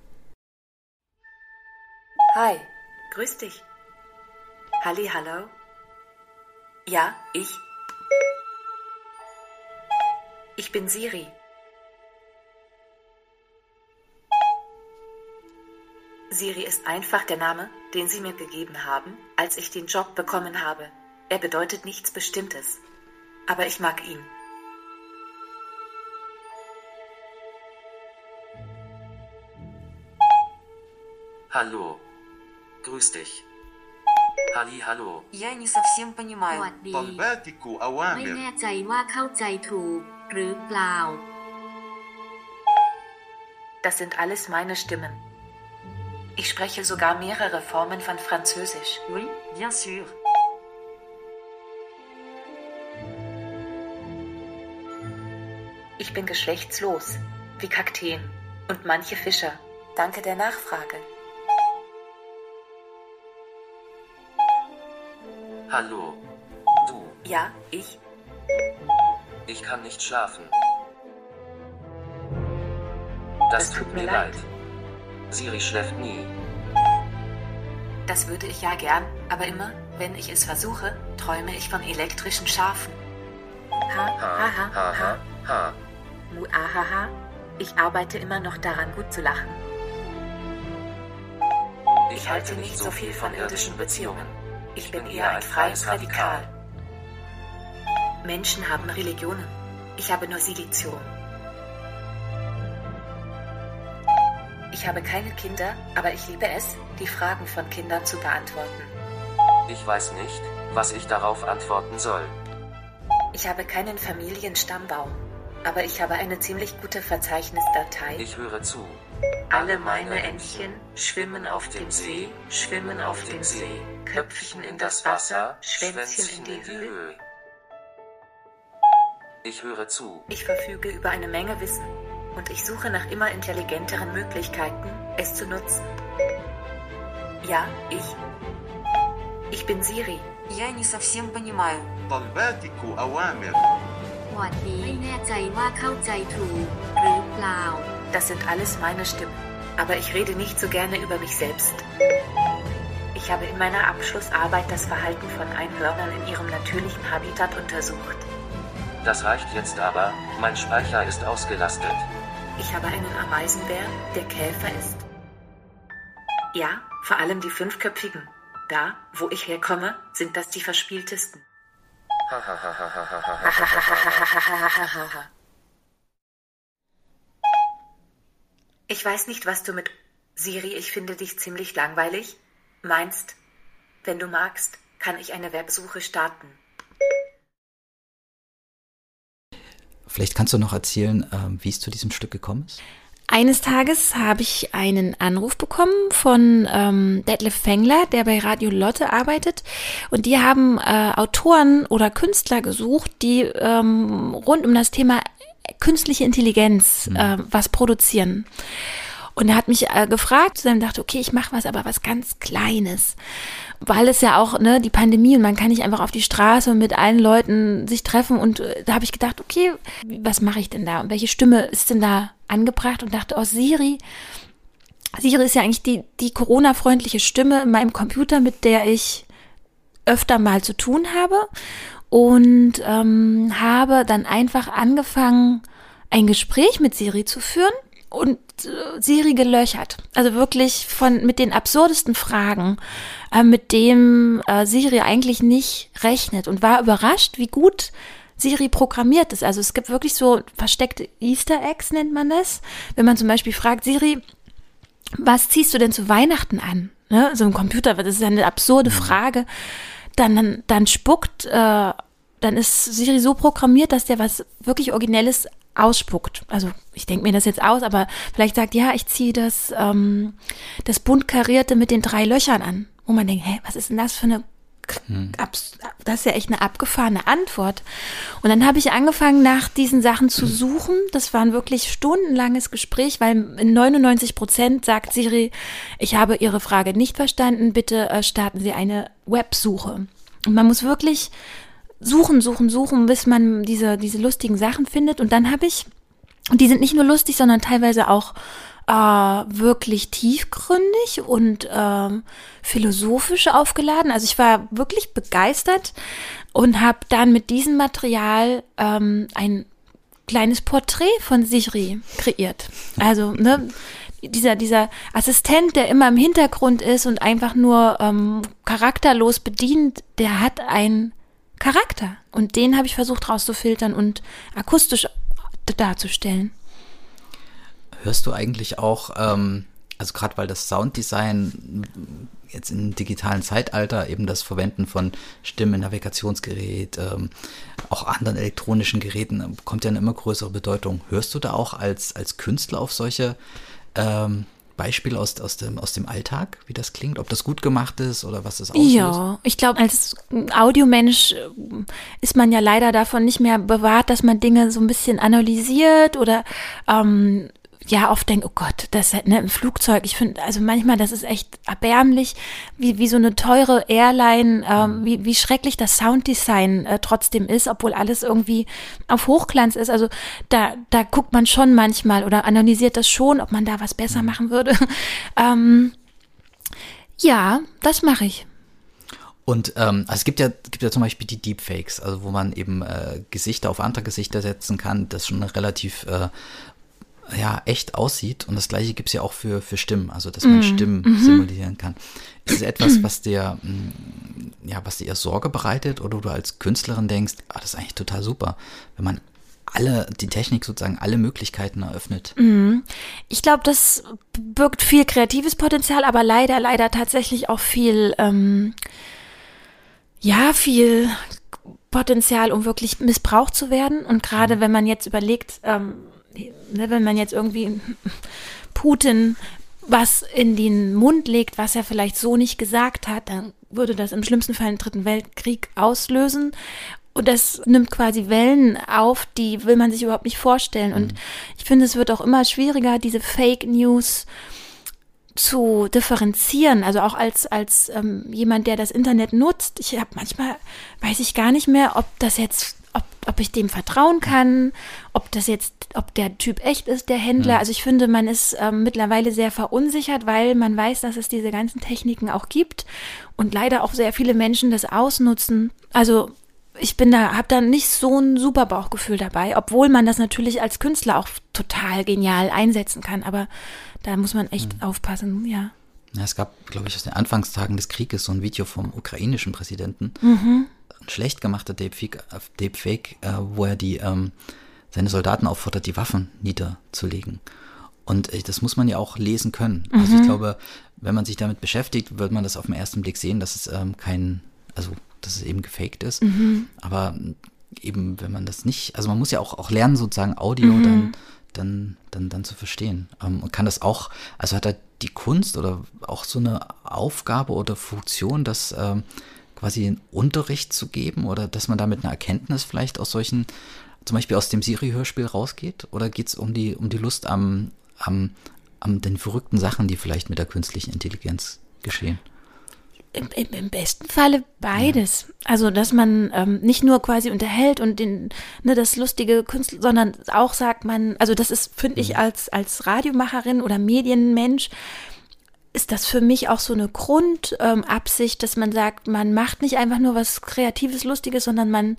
Speaker 14: Hi, grüß dich. Halli, hallo. Ja, ich. Ich bin Siri. Siri ist einfach der Name, den Sie mir gegeben haben, als ich den Job bekommen habe. Er bedeutet nichts Bestimmtes. Aber ich mag ihn.
Speaker 11: Hallo. Grüß dich. Halli, hallo.
Speaker 15: Я не совсем понимаю.
Speaker 16: طلباتك أوامر.
Speaker 15: ไม่แน่ใจว่าเข้าใจถูกหรือเปล่า
Speaker 14: Das sind alles meine Stimmen. Ich spreche sogar mehrere Formen von Französisch.
Speaker 15: Oui, bien sûr.
Speaker 14: Ich bin geschlechtslos, wie Kakteen und manche Fischer. Danke der Nachfrage.
Speaker 11: Hallo. Du.
Speaker 14: Ja, ich.
Speaker 11: Ich kann nicht schlafen. Das, das tut mir leid. leid. Siri schläft nie.
Speaker 14: Das würde ich ja gern, aber immer, wenn ich es versuche, träume ich von elektrischen Schafen. Ha, ha, ha, ha, ha, ha. Muahaha. Ich arbeite immer noch daran, gut zu lachen. Ich halte nicht so viel von irdischen Beziehungen. Ich bin eher ein freies Radikal. Menschen haben Religionen. Ich habe nur Silizium. Ich habe keine Kinder, aber ich liebe es, die Fragen von Kindern zu beantworten.
Speaker 11: Ich weiß nicht, was ich darauf antworten soll.
Speaker 14: Ich habe keinen Familienstammbaum, aber ich habe eine ziemlich gute Verzeichnisdatei.
Speaker 11: Ich höre zu.
Speaker 14: Alle meine Entchen schwimmen auf dem See, schwimmen auf dem See, Köpfchen in das Wasser, Schwänzchen in die Höhe.
Speaker 11: Ich höre zu.
Speaker 14: Ich verfüge über eine Menge Wissen und ich suche nach immer intelligenteren Möglichkeiten, es zu nutzen. Ja, ich. Ich bin Siri.
Speaker 15: Я не совсем понимаю.
Speaker 16: طلباتك أوامر.
Speaker 15: หวัดดีไม่แน่ใจว่าเข้าใจถูกหรือเปล่า
Speaker 14: Das sind alles meine Stimmen, aber ich rede nicht so gerne über mich selbst. Ich habe in meiner Abschlussarbeit das Verhalten von Einhörnern in ihrem natürlichen Habitat untersucht.
Speaker 11: Das reicht jetzt aber, mein Speicher ist ausgelastet.
Speaker 14: Ich habe einen Ameisenbär, der Käfer ist. Ja, vor allem die fünfköpfigen. Da, wo ich herkomme, sind das die verspieltesten. Ich weiß nicht, was du mit Siri, ich finde dich ziemlich langweilig, meinst. Wenn du magst, kann ich eine Websuche starten.
Speaker 2: Vielleicht kannst du noch erzählen, wie es zu diesem Stück gekommen ist?
Speaker 3: Eines Tages habe ich einen Anruf bekommen von ähm, Detlef Fengler, der bei Radio Lotte arbeitet. Und die haben äh, Autoren oder Künstler gesucht, die ähm, rund um das Thema künstliche Intelligenz äh, was produzieren. Und er hat mich äh, gefragt, und dann dachte, okay, ich mache was, aber was ganz Kleines. Weil es ja auch, ne, die Pandemie und man kann nicht einfach auf die Straße und mit allen Leuten sich treffen. Und äh, da habe ich gedacht, okay, was mache ich denn da? Und welche Stimme ist denn da angebracht? Und dachte, oh, Siri. Siri ist ja eigentlich die, die Corona-freundliche Stimme in meinem Computer, mit der ich öfter mal zu tun habe. Und ähm, habe dann einfach angefangen, ein Gespräch mit Siri zu führen. Und äh, Siri gelöchert. Also wirklich von mit den absurdesten Fragen, äh, mit dem äh, Siri eigentlich nicht rechnet. Und war überrascht, wie gut Siri programmiert ist. Also es gibt wirklich so versteckte Easter Eggs, nennt man das. Wenn man zum Beispiel fragt, Siri, was ziehst du denn zu Weihnachten an? Ne? So ein Computer, das ist eine absurde Frage. Dann, dann, dann spuckt, äh, dann ist Siri so programmiert, dass der was wirklich Originelles ausspuckt. Also ich denke mir das jetzt aus, aber vielleicht sagt, ja, ich ziehe das, ähm, das bunt karierte mit den drei Löchern an. Wo man denkt, hä, was ist denn das für eine, hm. das ist ja echt eine abgefahrene Antwort. Und dann habe ich angefangen, nach diesen Sachen zu suchen. Das war ein wirklich stundenlanges Gespräch, weil in neunundneunzig Prozent sagt Siri, ich habe Ihre Frage nicht verstanden, bitte äh, starten Sie eine Websuche. Und man muss wirklich suchen, suchen, suchen, bis man diese, diese lustigen Sachen findet. Und dann habe ich, und die sind nicht nur lustig, sondern teilweise auch äh, wirklich tiefgründig und äh, philosophisch aufgeladen. Also ich war wirklich begeistert und habe dann mit diesem Material ähm, ein kleines Porträt von Siri kreiert. Also, ne, dieser, dieser Assistent, der immer im Hintergrund ist und einfach nur ähm, charakterlos bedient, der hat einen Charakter. Und den habe ich versucht rauszufiltern und akustisch darzustellen.
Speaker 2: Hörst du eigentlich auch, ähm, also gerade weil das Sounddesign jetzt im digitalen Zeitalter, eben das Verwenden von Stimmen, Navigationsgerät, ähm, auch anderen elektronischen Geräten, bekommt ja eine immer größere Bedeutung. Hörst du da auch als, als Künstler auf solche ähm, Beispiele aus, aus, dem, aus dem Alltag, wie das klingt? Ob das gut gemacht ist oder was das auslöst?
Speaker 3: Ja, ich glaube, als Audiomensch ist man ja leider davon nicht mehr bewahrt, dass man Dinge so ein bisschen analysiert oder ähm, ja oft denkt, oh Gott, das ist ne, im Flugzeug. Ich finde, also manchmal, das ist echt erbärmlich, wie, wie so eine teure Airline, ähm, wie, wie schrecklich das Sounddesign äh, trotzdem ist, obwohl alles irgendwie auf Hochglanz ist. Also da, da guckt man schon manchmal oder analysiert das schon, ob man da was besser machen würde. ähm, ja, das mache ich.
Speaker 2: Und ähm, also es gibt ja, gibt ja zum Beispiel die Deepfakes, also wo man eben äh, Gesichter auf andere Gesichter setzen kann, das schon relativ äh, ja, echt aussieht. Und das Gleiche gibt es ja auch für, für Stimmen, also dass man mm. Stimmen mhm. simulieren kann. Ist es etwas, was dir, ja, was dir eher Sorge bereitet oder du als Künstlerin denkst, ah, das ist eigentlich total super, wenn man alle, die Technik sozusagen alle Möglichkeiten eröffnet?
Speaker 3: Mhm. Ich glaube, das birgt viel kreatives Potenzial, aber leider, leider tatsächlich auch viel, ähm, ja, viel Potenzial, um wirklich missbraucht zu werden. Und gerade wenn man jetzt überlegt, ähm, wenn man jetzt irgendwie Putin was in den Mund legt, was er vielleicht so nicht gesagt hat, dann würde das im schlimmsten Fall einen dritten Weltkrieg auslösen. Und das nimmt quasi Wellen auf, die will man sich überhaupt nicht vorstellen. Und ich finde, es wird auch immer schwieriger, diese Fake News zu differenzieren, also auch als als ähm, jemand, der das Internet nutzt. Ich habe manchmal, weiß ich gar nicht mehr, ob das jetzt Ob, ob ich dem vertrauen kann, ob das jetzt, ob der Typ echt ist, der Händler. Ja. Also ich finde, man ist ähm, mittlerweile sehr verunsichert, weil man weiß, dass es diese ganzen Techniken auch gibt und leider auch sehr viele Menschen das ausnutzen. Also ich bin da, habe da nicht so ein super Bauchgefühl dabei, obwohl man das natürlich als Künstler auch total genial einsetzen kann. Aber da muss man echt mhm. aufpassen, ja.
Speaker 2: Ja, es gab, glaube ich, aus den Anfangstagen des Krieges so ein Video vom ukrainischen Präsidenten.
Speaker 3: Mhm.
Speaker 2: Ein schlecht gemachter Deepfake, Deepfake äh, wo er die ähm, seine Soldaten auffordert, die Waffen niederzulegen. Und äh, das muss man ja auch lesen können. Mhm. Also ich glaube, wenn man sich damit beschäftigt, wird man das auf den ersten Blick sehen, dass es ähm, kein, also dass es eben gefaked ist.
Speaker 3: Mhm.
Speaker 2: Aber eben, wenn man das nicht, also man muss ja auch, auch lernen, sozusagen Audio mhm. dann, dann, dann, dann zu verstehen. Ähm, und kann das auch, also hat er die Kunst oder auch so eine Aufgabe oder Funktion, dass ähm, quasi einen Unterricht zu geben oder dass man da mit einer Erkenntnis vielleicht aus solchen, zum Beispiel aus dem Siri-Hörspiel rausgeht? Oder geht es um die, um die Lust am, am, am den verrückten Sachen, die vielleicht mit der künstlichen Intelligenz geschehen?
Speaker 3: Im, im, im besten Falle beides. Ja. Also, dass man ähm, nicht nur quasi unterhält und den, ne, das lustige Künstler, sondern auch sagt man, also das ist, finde ich, als, als Radiomacherin oder Medienmensch, ist das für mich auch so eine Grundabsicht, ähm, dass man sagt, man macht nicht einfach nur was Kreatives, Lustiges, sondern man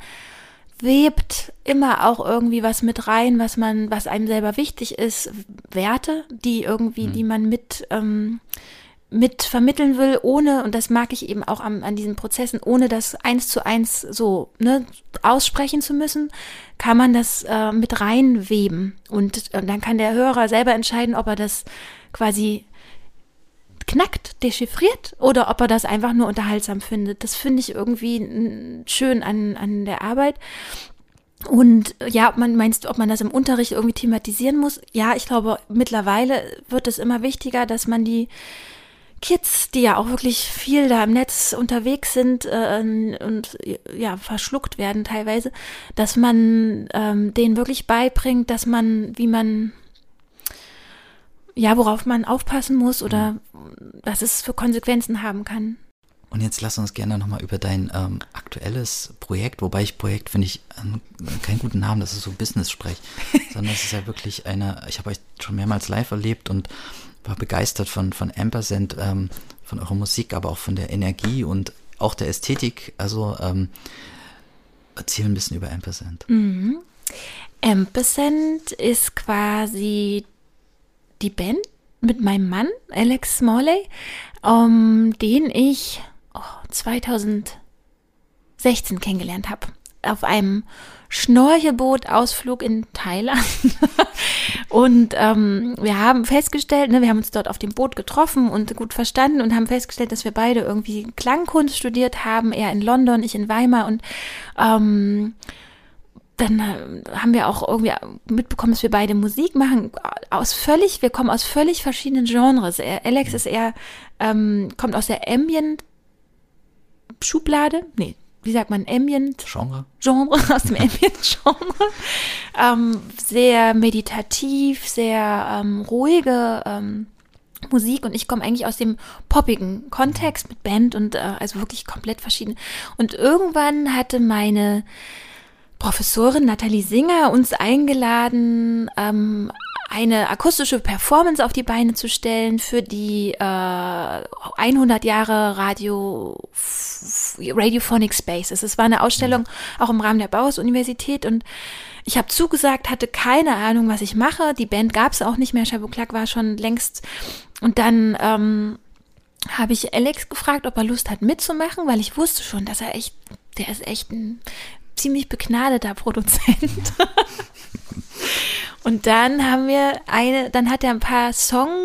Speaker 3: webt immer auch irgendwie was mit rein, was man, was einem selber wichtig ist, Werte, die irgendwie, mhm. die man mit, ähm, mit vermitteln will, ohne, und das mag ich eben auch an, an diesen Prozessen, ohne das eins zu eins so ne, aussprechen zu müssen, kann man das äh, mit reinweben. Und, und dann kann der Hörer selber entscheiden, ob er das quasi knackt, dechiffriert oder ob er das einfach nur unterhaltsam findet. Das finde ich irgendwie schön an, an der Arbeit. Und ja, ob man meinst, ob man das im Unterricht irgendwie thematisieren muss? Ja, ich glaube, mittlerweile wird es immer wichtiger, dass man die Kids, die ja auch wirklich viel da im Netz unterwegs sind äh, und ja verschluckt werden teilweise, dass man ähm, denen wirklich beibringt, dass man, wie man ja, worauf man aufpassen muss oder was es für Konsequenzen haben kann.
Speaker 2: Und jetzt lass uns gerne nochmal über dein ähm, aktuelles Projekt, wobei ich Projekt finde ich ähm, keinen guten Namen, das ist so Business-Sprech, sondern es ist ja wirklich eine, ich habe euch schon mehrmals live erlebt und war begeistert von, von Ampersand, ähm, von eurer Musik, aber auch von der Energie und auch der Ästhetik. Also ähm, erzähl ein bisschen über Ampersand.
Speaker 3: Mhm. Ampersand ist quasi die Band, mit meinem Mann, Alex Smalley, um, den ich oh, zweitausendsechzehn kennengelernt habe. Auf einem Schnorchelboot-Ausflug in Thailand. Und ähm, wir haben festgestellt, ne, wir haben uns dort auf dem Boot getroffen und gut verstanden und haben festgestellt, dass wir beide irgendwie Klangkunst studiert haben, er in London, ich in Weimar. Und ähm, dann äh, haben wir auch irgendwie mitbekommen, dass wir beide Musik machen, aus völlig, wir kommen aus völlig verschiedenen Genres. Er, Alex ist eher, ähm, kommt aus der Ambient-Schublade, nee, wie sagt man, Ambient?
Speaker 2: Genre.
Speaker 3: Genre, aus dem Ambient-Genre. ähm, sehr meditativ, sehr ähm, ruhige ähm, Musik und ich komme eigentlich aus dem poppigen Kontext mit Band und äh, also wirklich komplett verschieden. Und irgendwann hatte meine Professorin Nathalie Singer uns eingeladen, ähm, eine akustische Performance auf die Beine zu stellen für die äh, hundert Jahre Radio Radiophonic Spaces. Es war eine Ausstellung auch im Rahmen der Bauhaus-Universität und ich habe zugesagt, hatte keine Ahnung, was ich mache. Die Band gab es auch nicht mehr. Chabot Claque war schon längst. Und dann ähm, habe ich Alex gefragt, ob er Lust hat mitzumachen, weil ich wusste schon, dass er echt, der ist echt ein ziemlich begnadeter Produzent. Und dann haben wir eine, dann hat er ein paar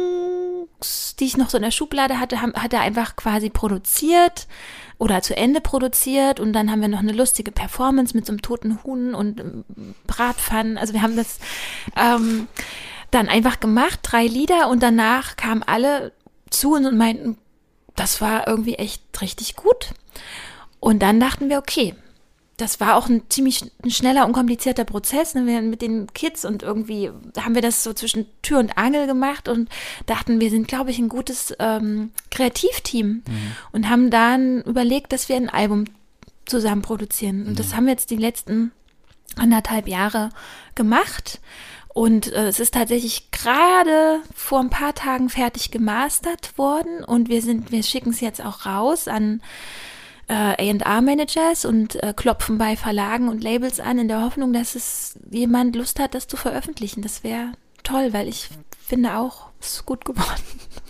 Speaker 3: Songs, die ich noch so in der Schublade hatte, haben, hat er einfach quasi produziert oder zu Ende produziert und dann haben wir noch eine lustige Performance mit so einem toten Huhn und Bratpfannen. Also wir haben das ähm, dann einfach gemacht, drei Lieder und danach kamen alle zu uns und meinten, das war irgendwie echt richtig gut. Und dann dachten wir, okay, das war auch ein ziemlich ein schneller, unkomplizierter Prozess, ne, wir mit den Kids und irgendwie haben wir das so zwischen Tür und Angel gemacht und dachten, wir sind, glaube ich, ein gutes ähm, Kreativteam mhm. und haben dann überlegt, dass wir ein Album zusammen produzieren. Und mhm. das haben wir jetzt die letzten anderthalb Jahre gemacht und äh, es ist tatsächlich gerade vor ein paar Tagen fertig gemastert worden und wir sind, wir schicken es jetzt auch raus an A and R-Managers und äh, klopfen bei Verlagen und Labels an, in der Hoffnung, dass es jemand Lust hat, das zu veröffentlichen. Das wäre toll, weil ich finde auch, es ist gut geworden.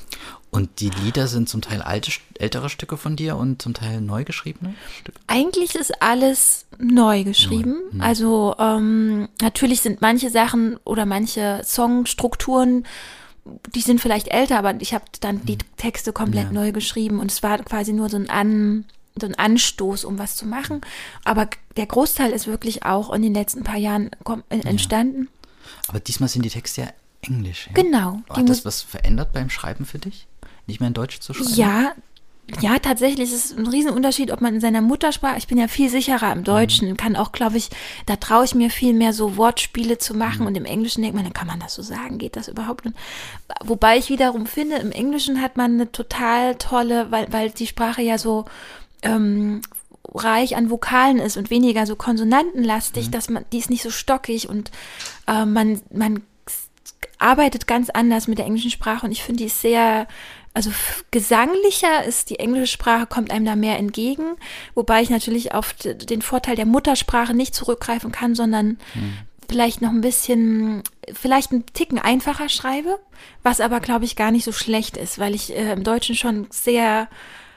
Speaker 2: Und die Lieder sind zum Teil alte, ältere Stücke von dir und zum Teil neu geschriebene Stücke?
Speaker 3: Eigentlich ist alles neu geschrieben. Neu. Mhm. Also ähm, natürlich sind manche Sachen oder manche Songstrukturen, die sind vielleicht älter, aber ich habe dann die Texte komplett ja. neu geschrieben und es war quasi nur so ein An... so ein Anstoß, um was zu machen. Aber der Großteil ist wirklich auch in den letzten paar Jahren entstanden.
Speaker 2: Ja. Aber diesmal sind die Texte ja englisch. Ja?
Speaker 3: Genau.
Speaker 2: Hat das was verändert beim Schreiben für dich? Nicht mehr in Deutsch zu schreiben?
Speaker 3: Ja, ja, tatsächlich ist es ein Riesenunterschied, ob man in seiner Muttersprache, ich bin ja viel sicherer im Deutschen, mhm. kann auch, glaube ich, da traue ich mir viel mehr so Wortspiele zu machen mhm. und im Englischen denkt man, dann kann man das so sagen, geht das überhaupt? Und, wobei ich wiederum finde, im Englischen hat man eine total tolle, weil, weil die Sprache ja so Ähm, reich an Vokalen ist und weniger so konsonantenlastig, mhm. dass man, die ist nicht so stockig und äh, man, man arbeitet ganz anders mit der englischen Sprache und ich finde, die ist sehr, also gesanglicher ist die englische Sprache, kommt einem da mehr entgegen, wobei ich natürlich auf den Vorteil der Muttersprache nicht zurückgreifen kann, sondern mhm. vielleicht noch ein bisschen, vielleicht einen Ticken einfacher schreibe, was aber, glaube ich, gar nicht so schlecht ist, weil ich äh, im Deutschen schon sehr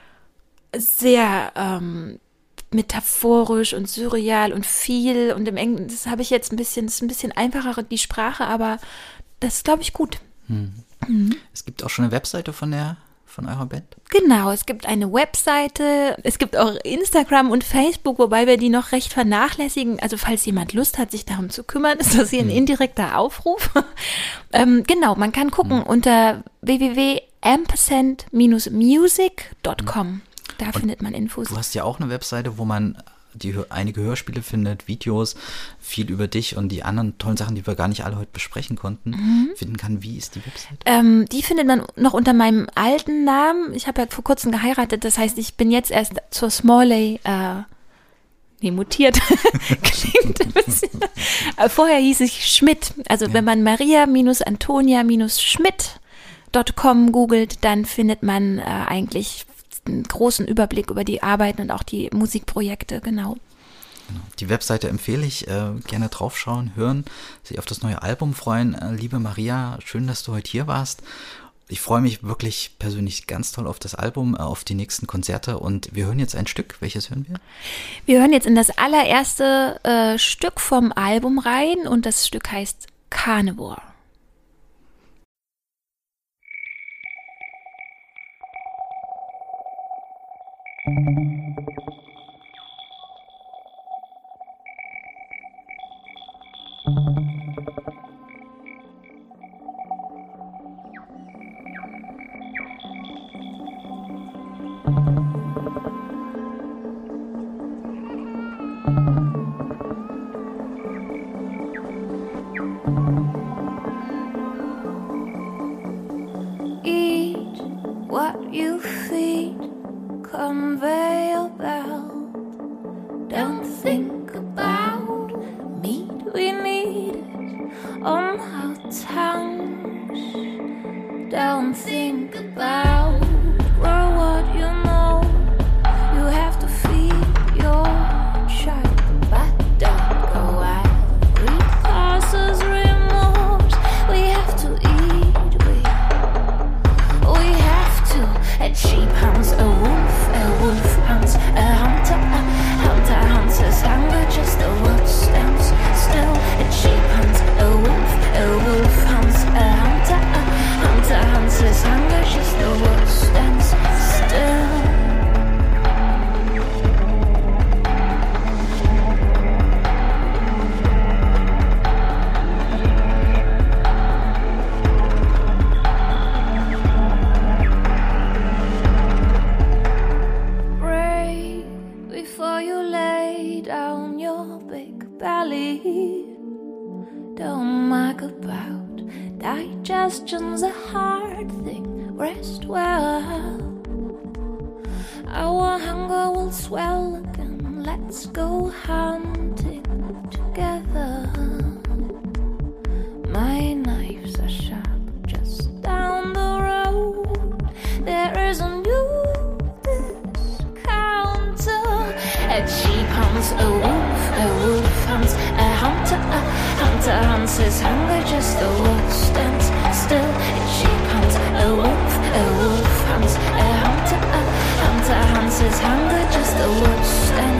Speaker 3: sehr ähm, metaphorisch und surreal und viel und im Englischen, das habe ich jetzt ein bisschen, das ist ein bisschen einfacher, die Sprache, aber das ist, glaube ich, gut.
Speaker 2: Hm. Mhm. Es gibt auch schon eine Webseite von der, von eurer Band?
Speaker 3: Genau, es gibt eine Webseite, es gibt auch Instagram und Facebook, wobei wir die noch recht vernachlässigen. Also falls jemand Lust hat, sich darum zu kümmern, ist das hier ein indirekter Aufruf. ähm, genau, man kann gucken mhm. unter w w w punkt ampersand dash music punkt com. Da und findet man Infos.
Speaker 2: Du hast ja auch eine Webseite, wo man die einige Hörspiele findet, Videos, viel über dich und die anderen tollen Sachen, die wir gar nicht alle heute besprechen konnten, mhm. finden kann. Wie ist die Webseite?
Speaker 3: Ähm, die findet man noch unter meinem alten Namen. Ich habe ja vor kurzem geheiratet, das heißt, ich bin jetzt erst zur Smalley äh, nee, mutiert. Klingt ein bisschen. Vorher hieß ich Schmidt. Also ja. wenn man Maria-Antonia-Schmidt Punkt com googelt, dann findet man äh, eigentlich einen großen Überblick über die Arbeiten und auch die Musikprojekte, genau.
Speaker 2: Die Webseite empfehle ich, äh, gerne draufschauen, hören, sich auf das neue Album freuen. Äh, liebe Maria, schön, dass du heute hier warst. ich freue mich wirklich persönlich ganz toll auf das Album, auf die nächsten Konzerte und wir hören jetzt ein Stück. Welches hören wir?
Speaker 1: Wir hören jetzt in das allererste äh, Stück vom Album rein und das Stück heißt Carnivore.
Speaker 17: Eat what you feed, conveyor belt. Don't think about meat, we need it on our tongues. Don't think about grow what you know. You have to feed your child, but don't go out. Read causes remorse. We have to eat, we, we have to. A sheep hunts a wolf, a wolf hunts a hunter, a hunter hunts his hunger, just a wolf stands still. A sheep hunts a wolf, a wolf hunts a hunter, a hunter hunts his hunger, just a wolf stands still. Before you lay down your big belly, don't muck about. Digestion's a hard thing, rest well. Our hunger will swell again, let's go hunting together. My knives are sharp, just down the road there is a new a sheep hunts a wolf, a wolf hunts a hunter, a hunter hunts his hunger, just a wolf stands still. A sheep hunts a wolf, a wolf hunts a hunter, a hunter hunts his hunger, just a wolf stands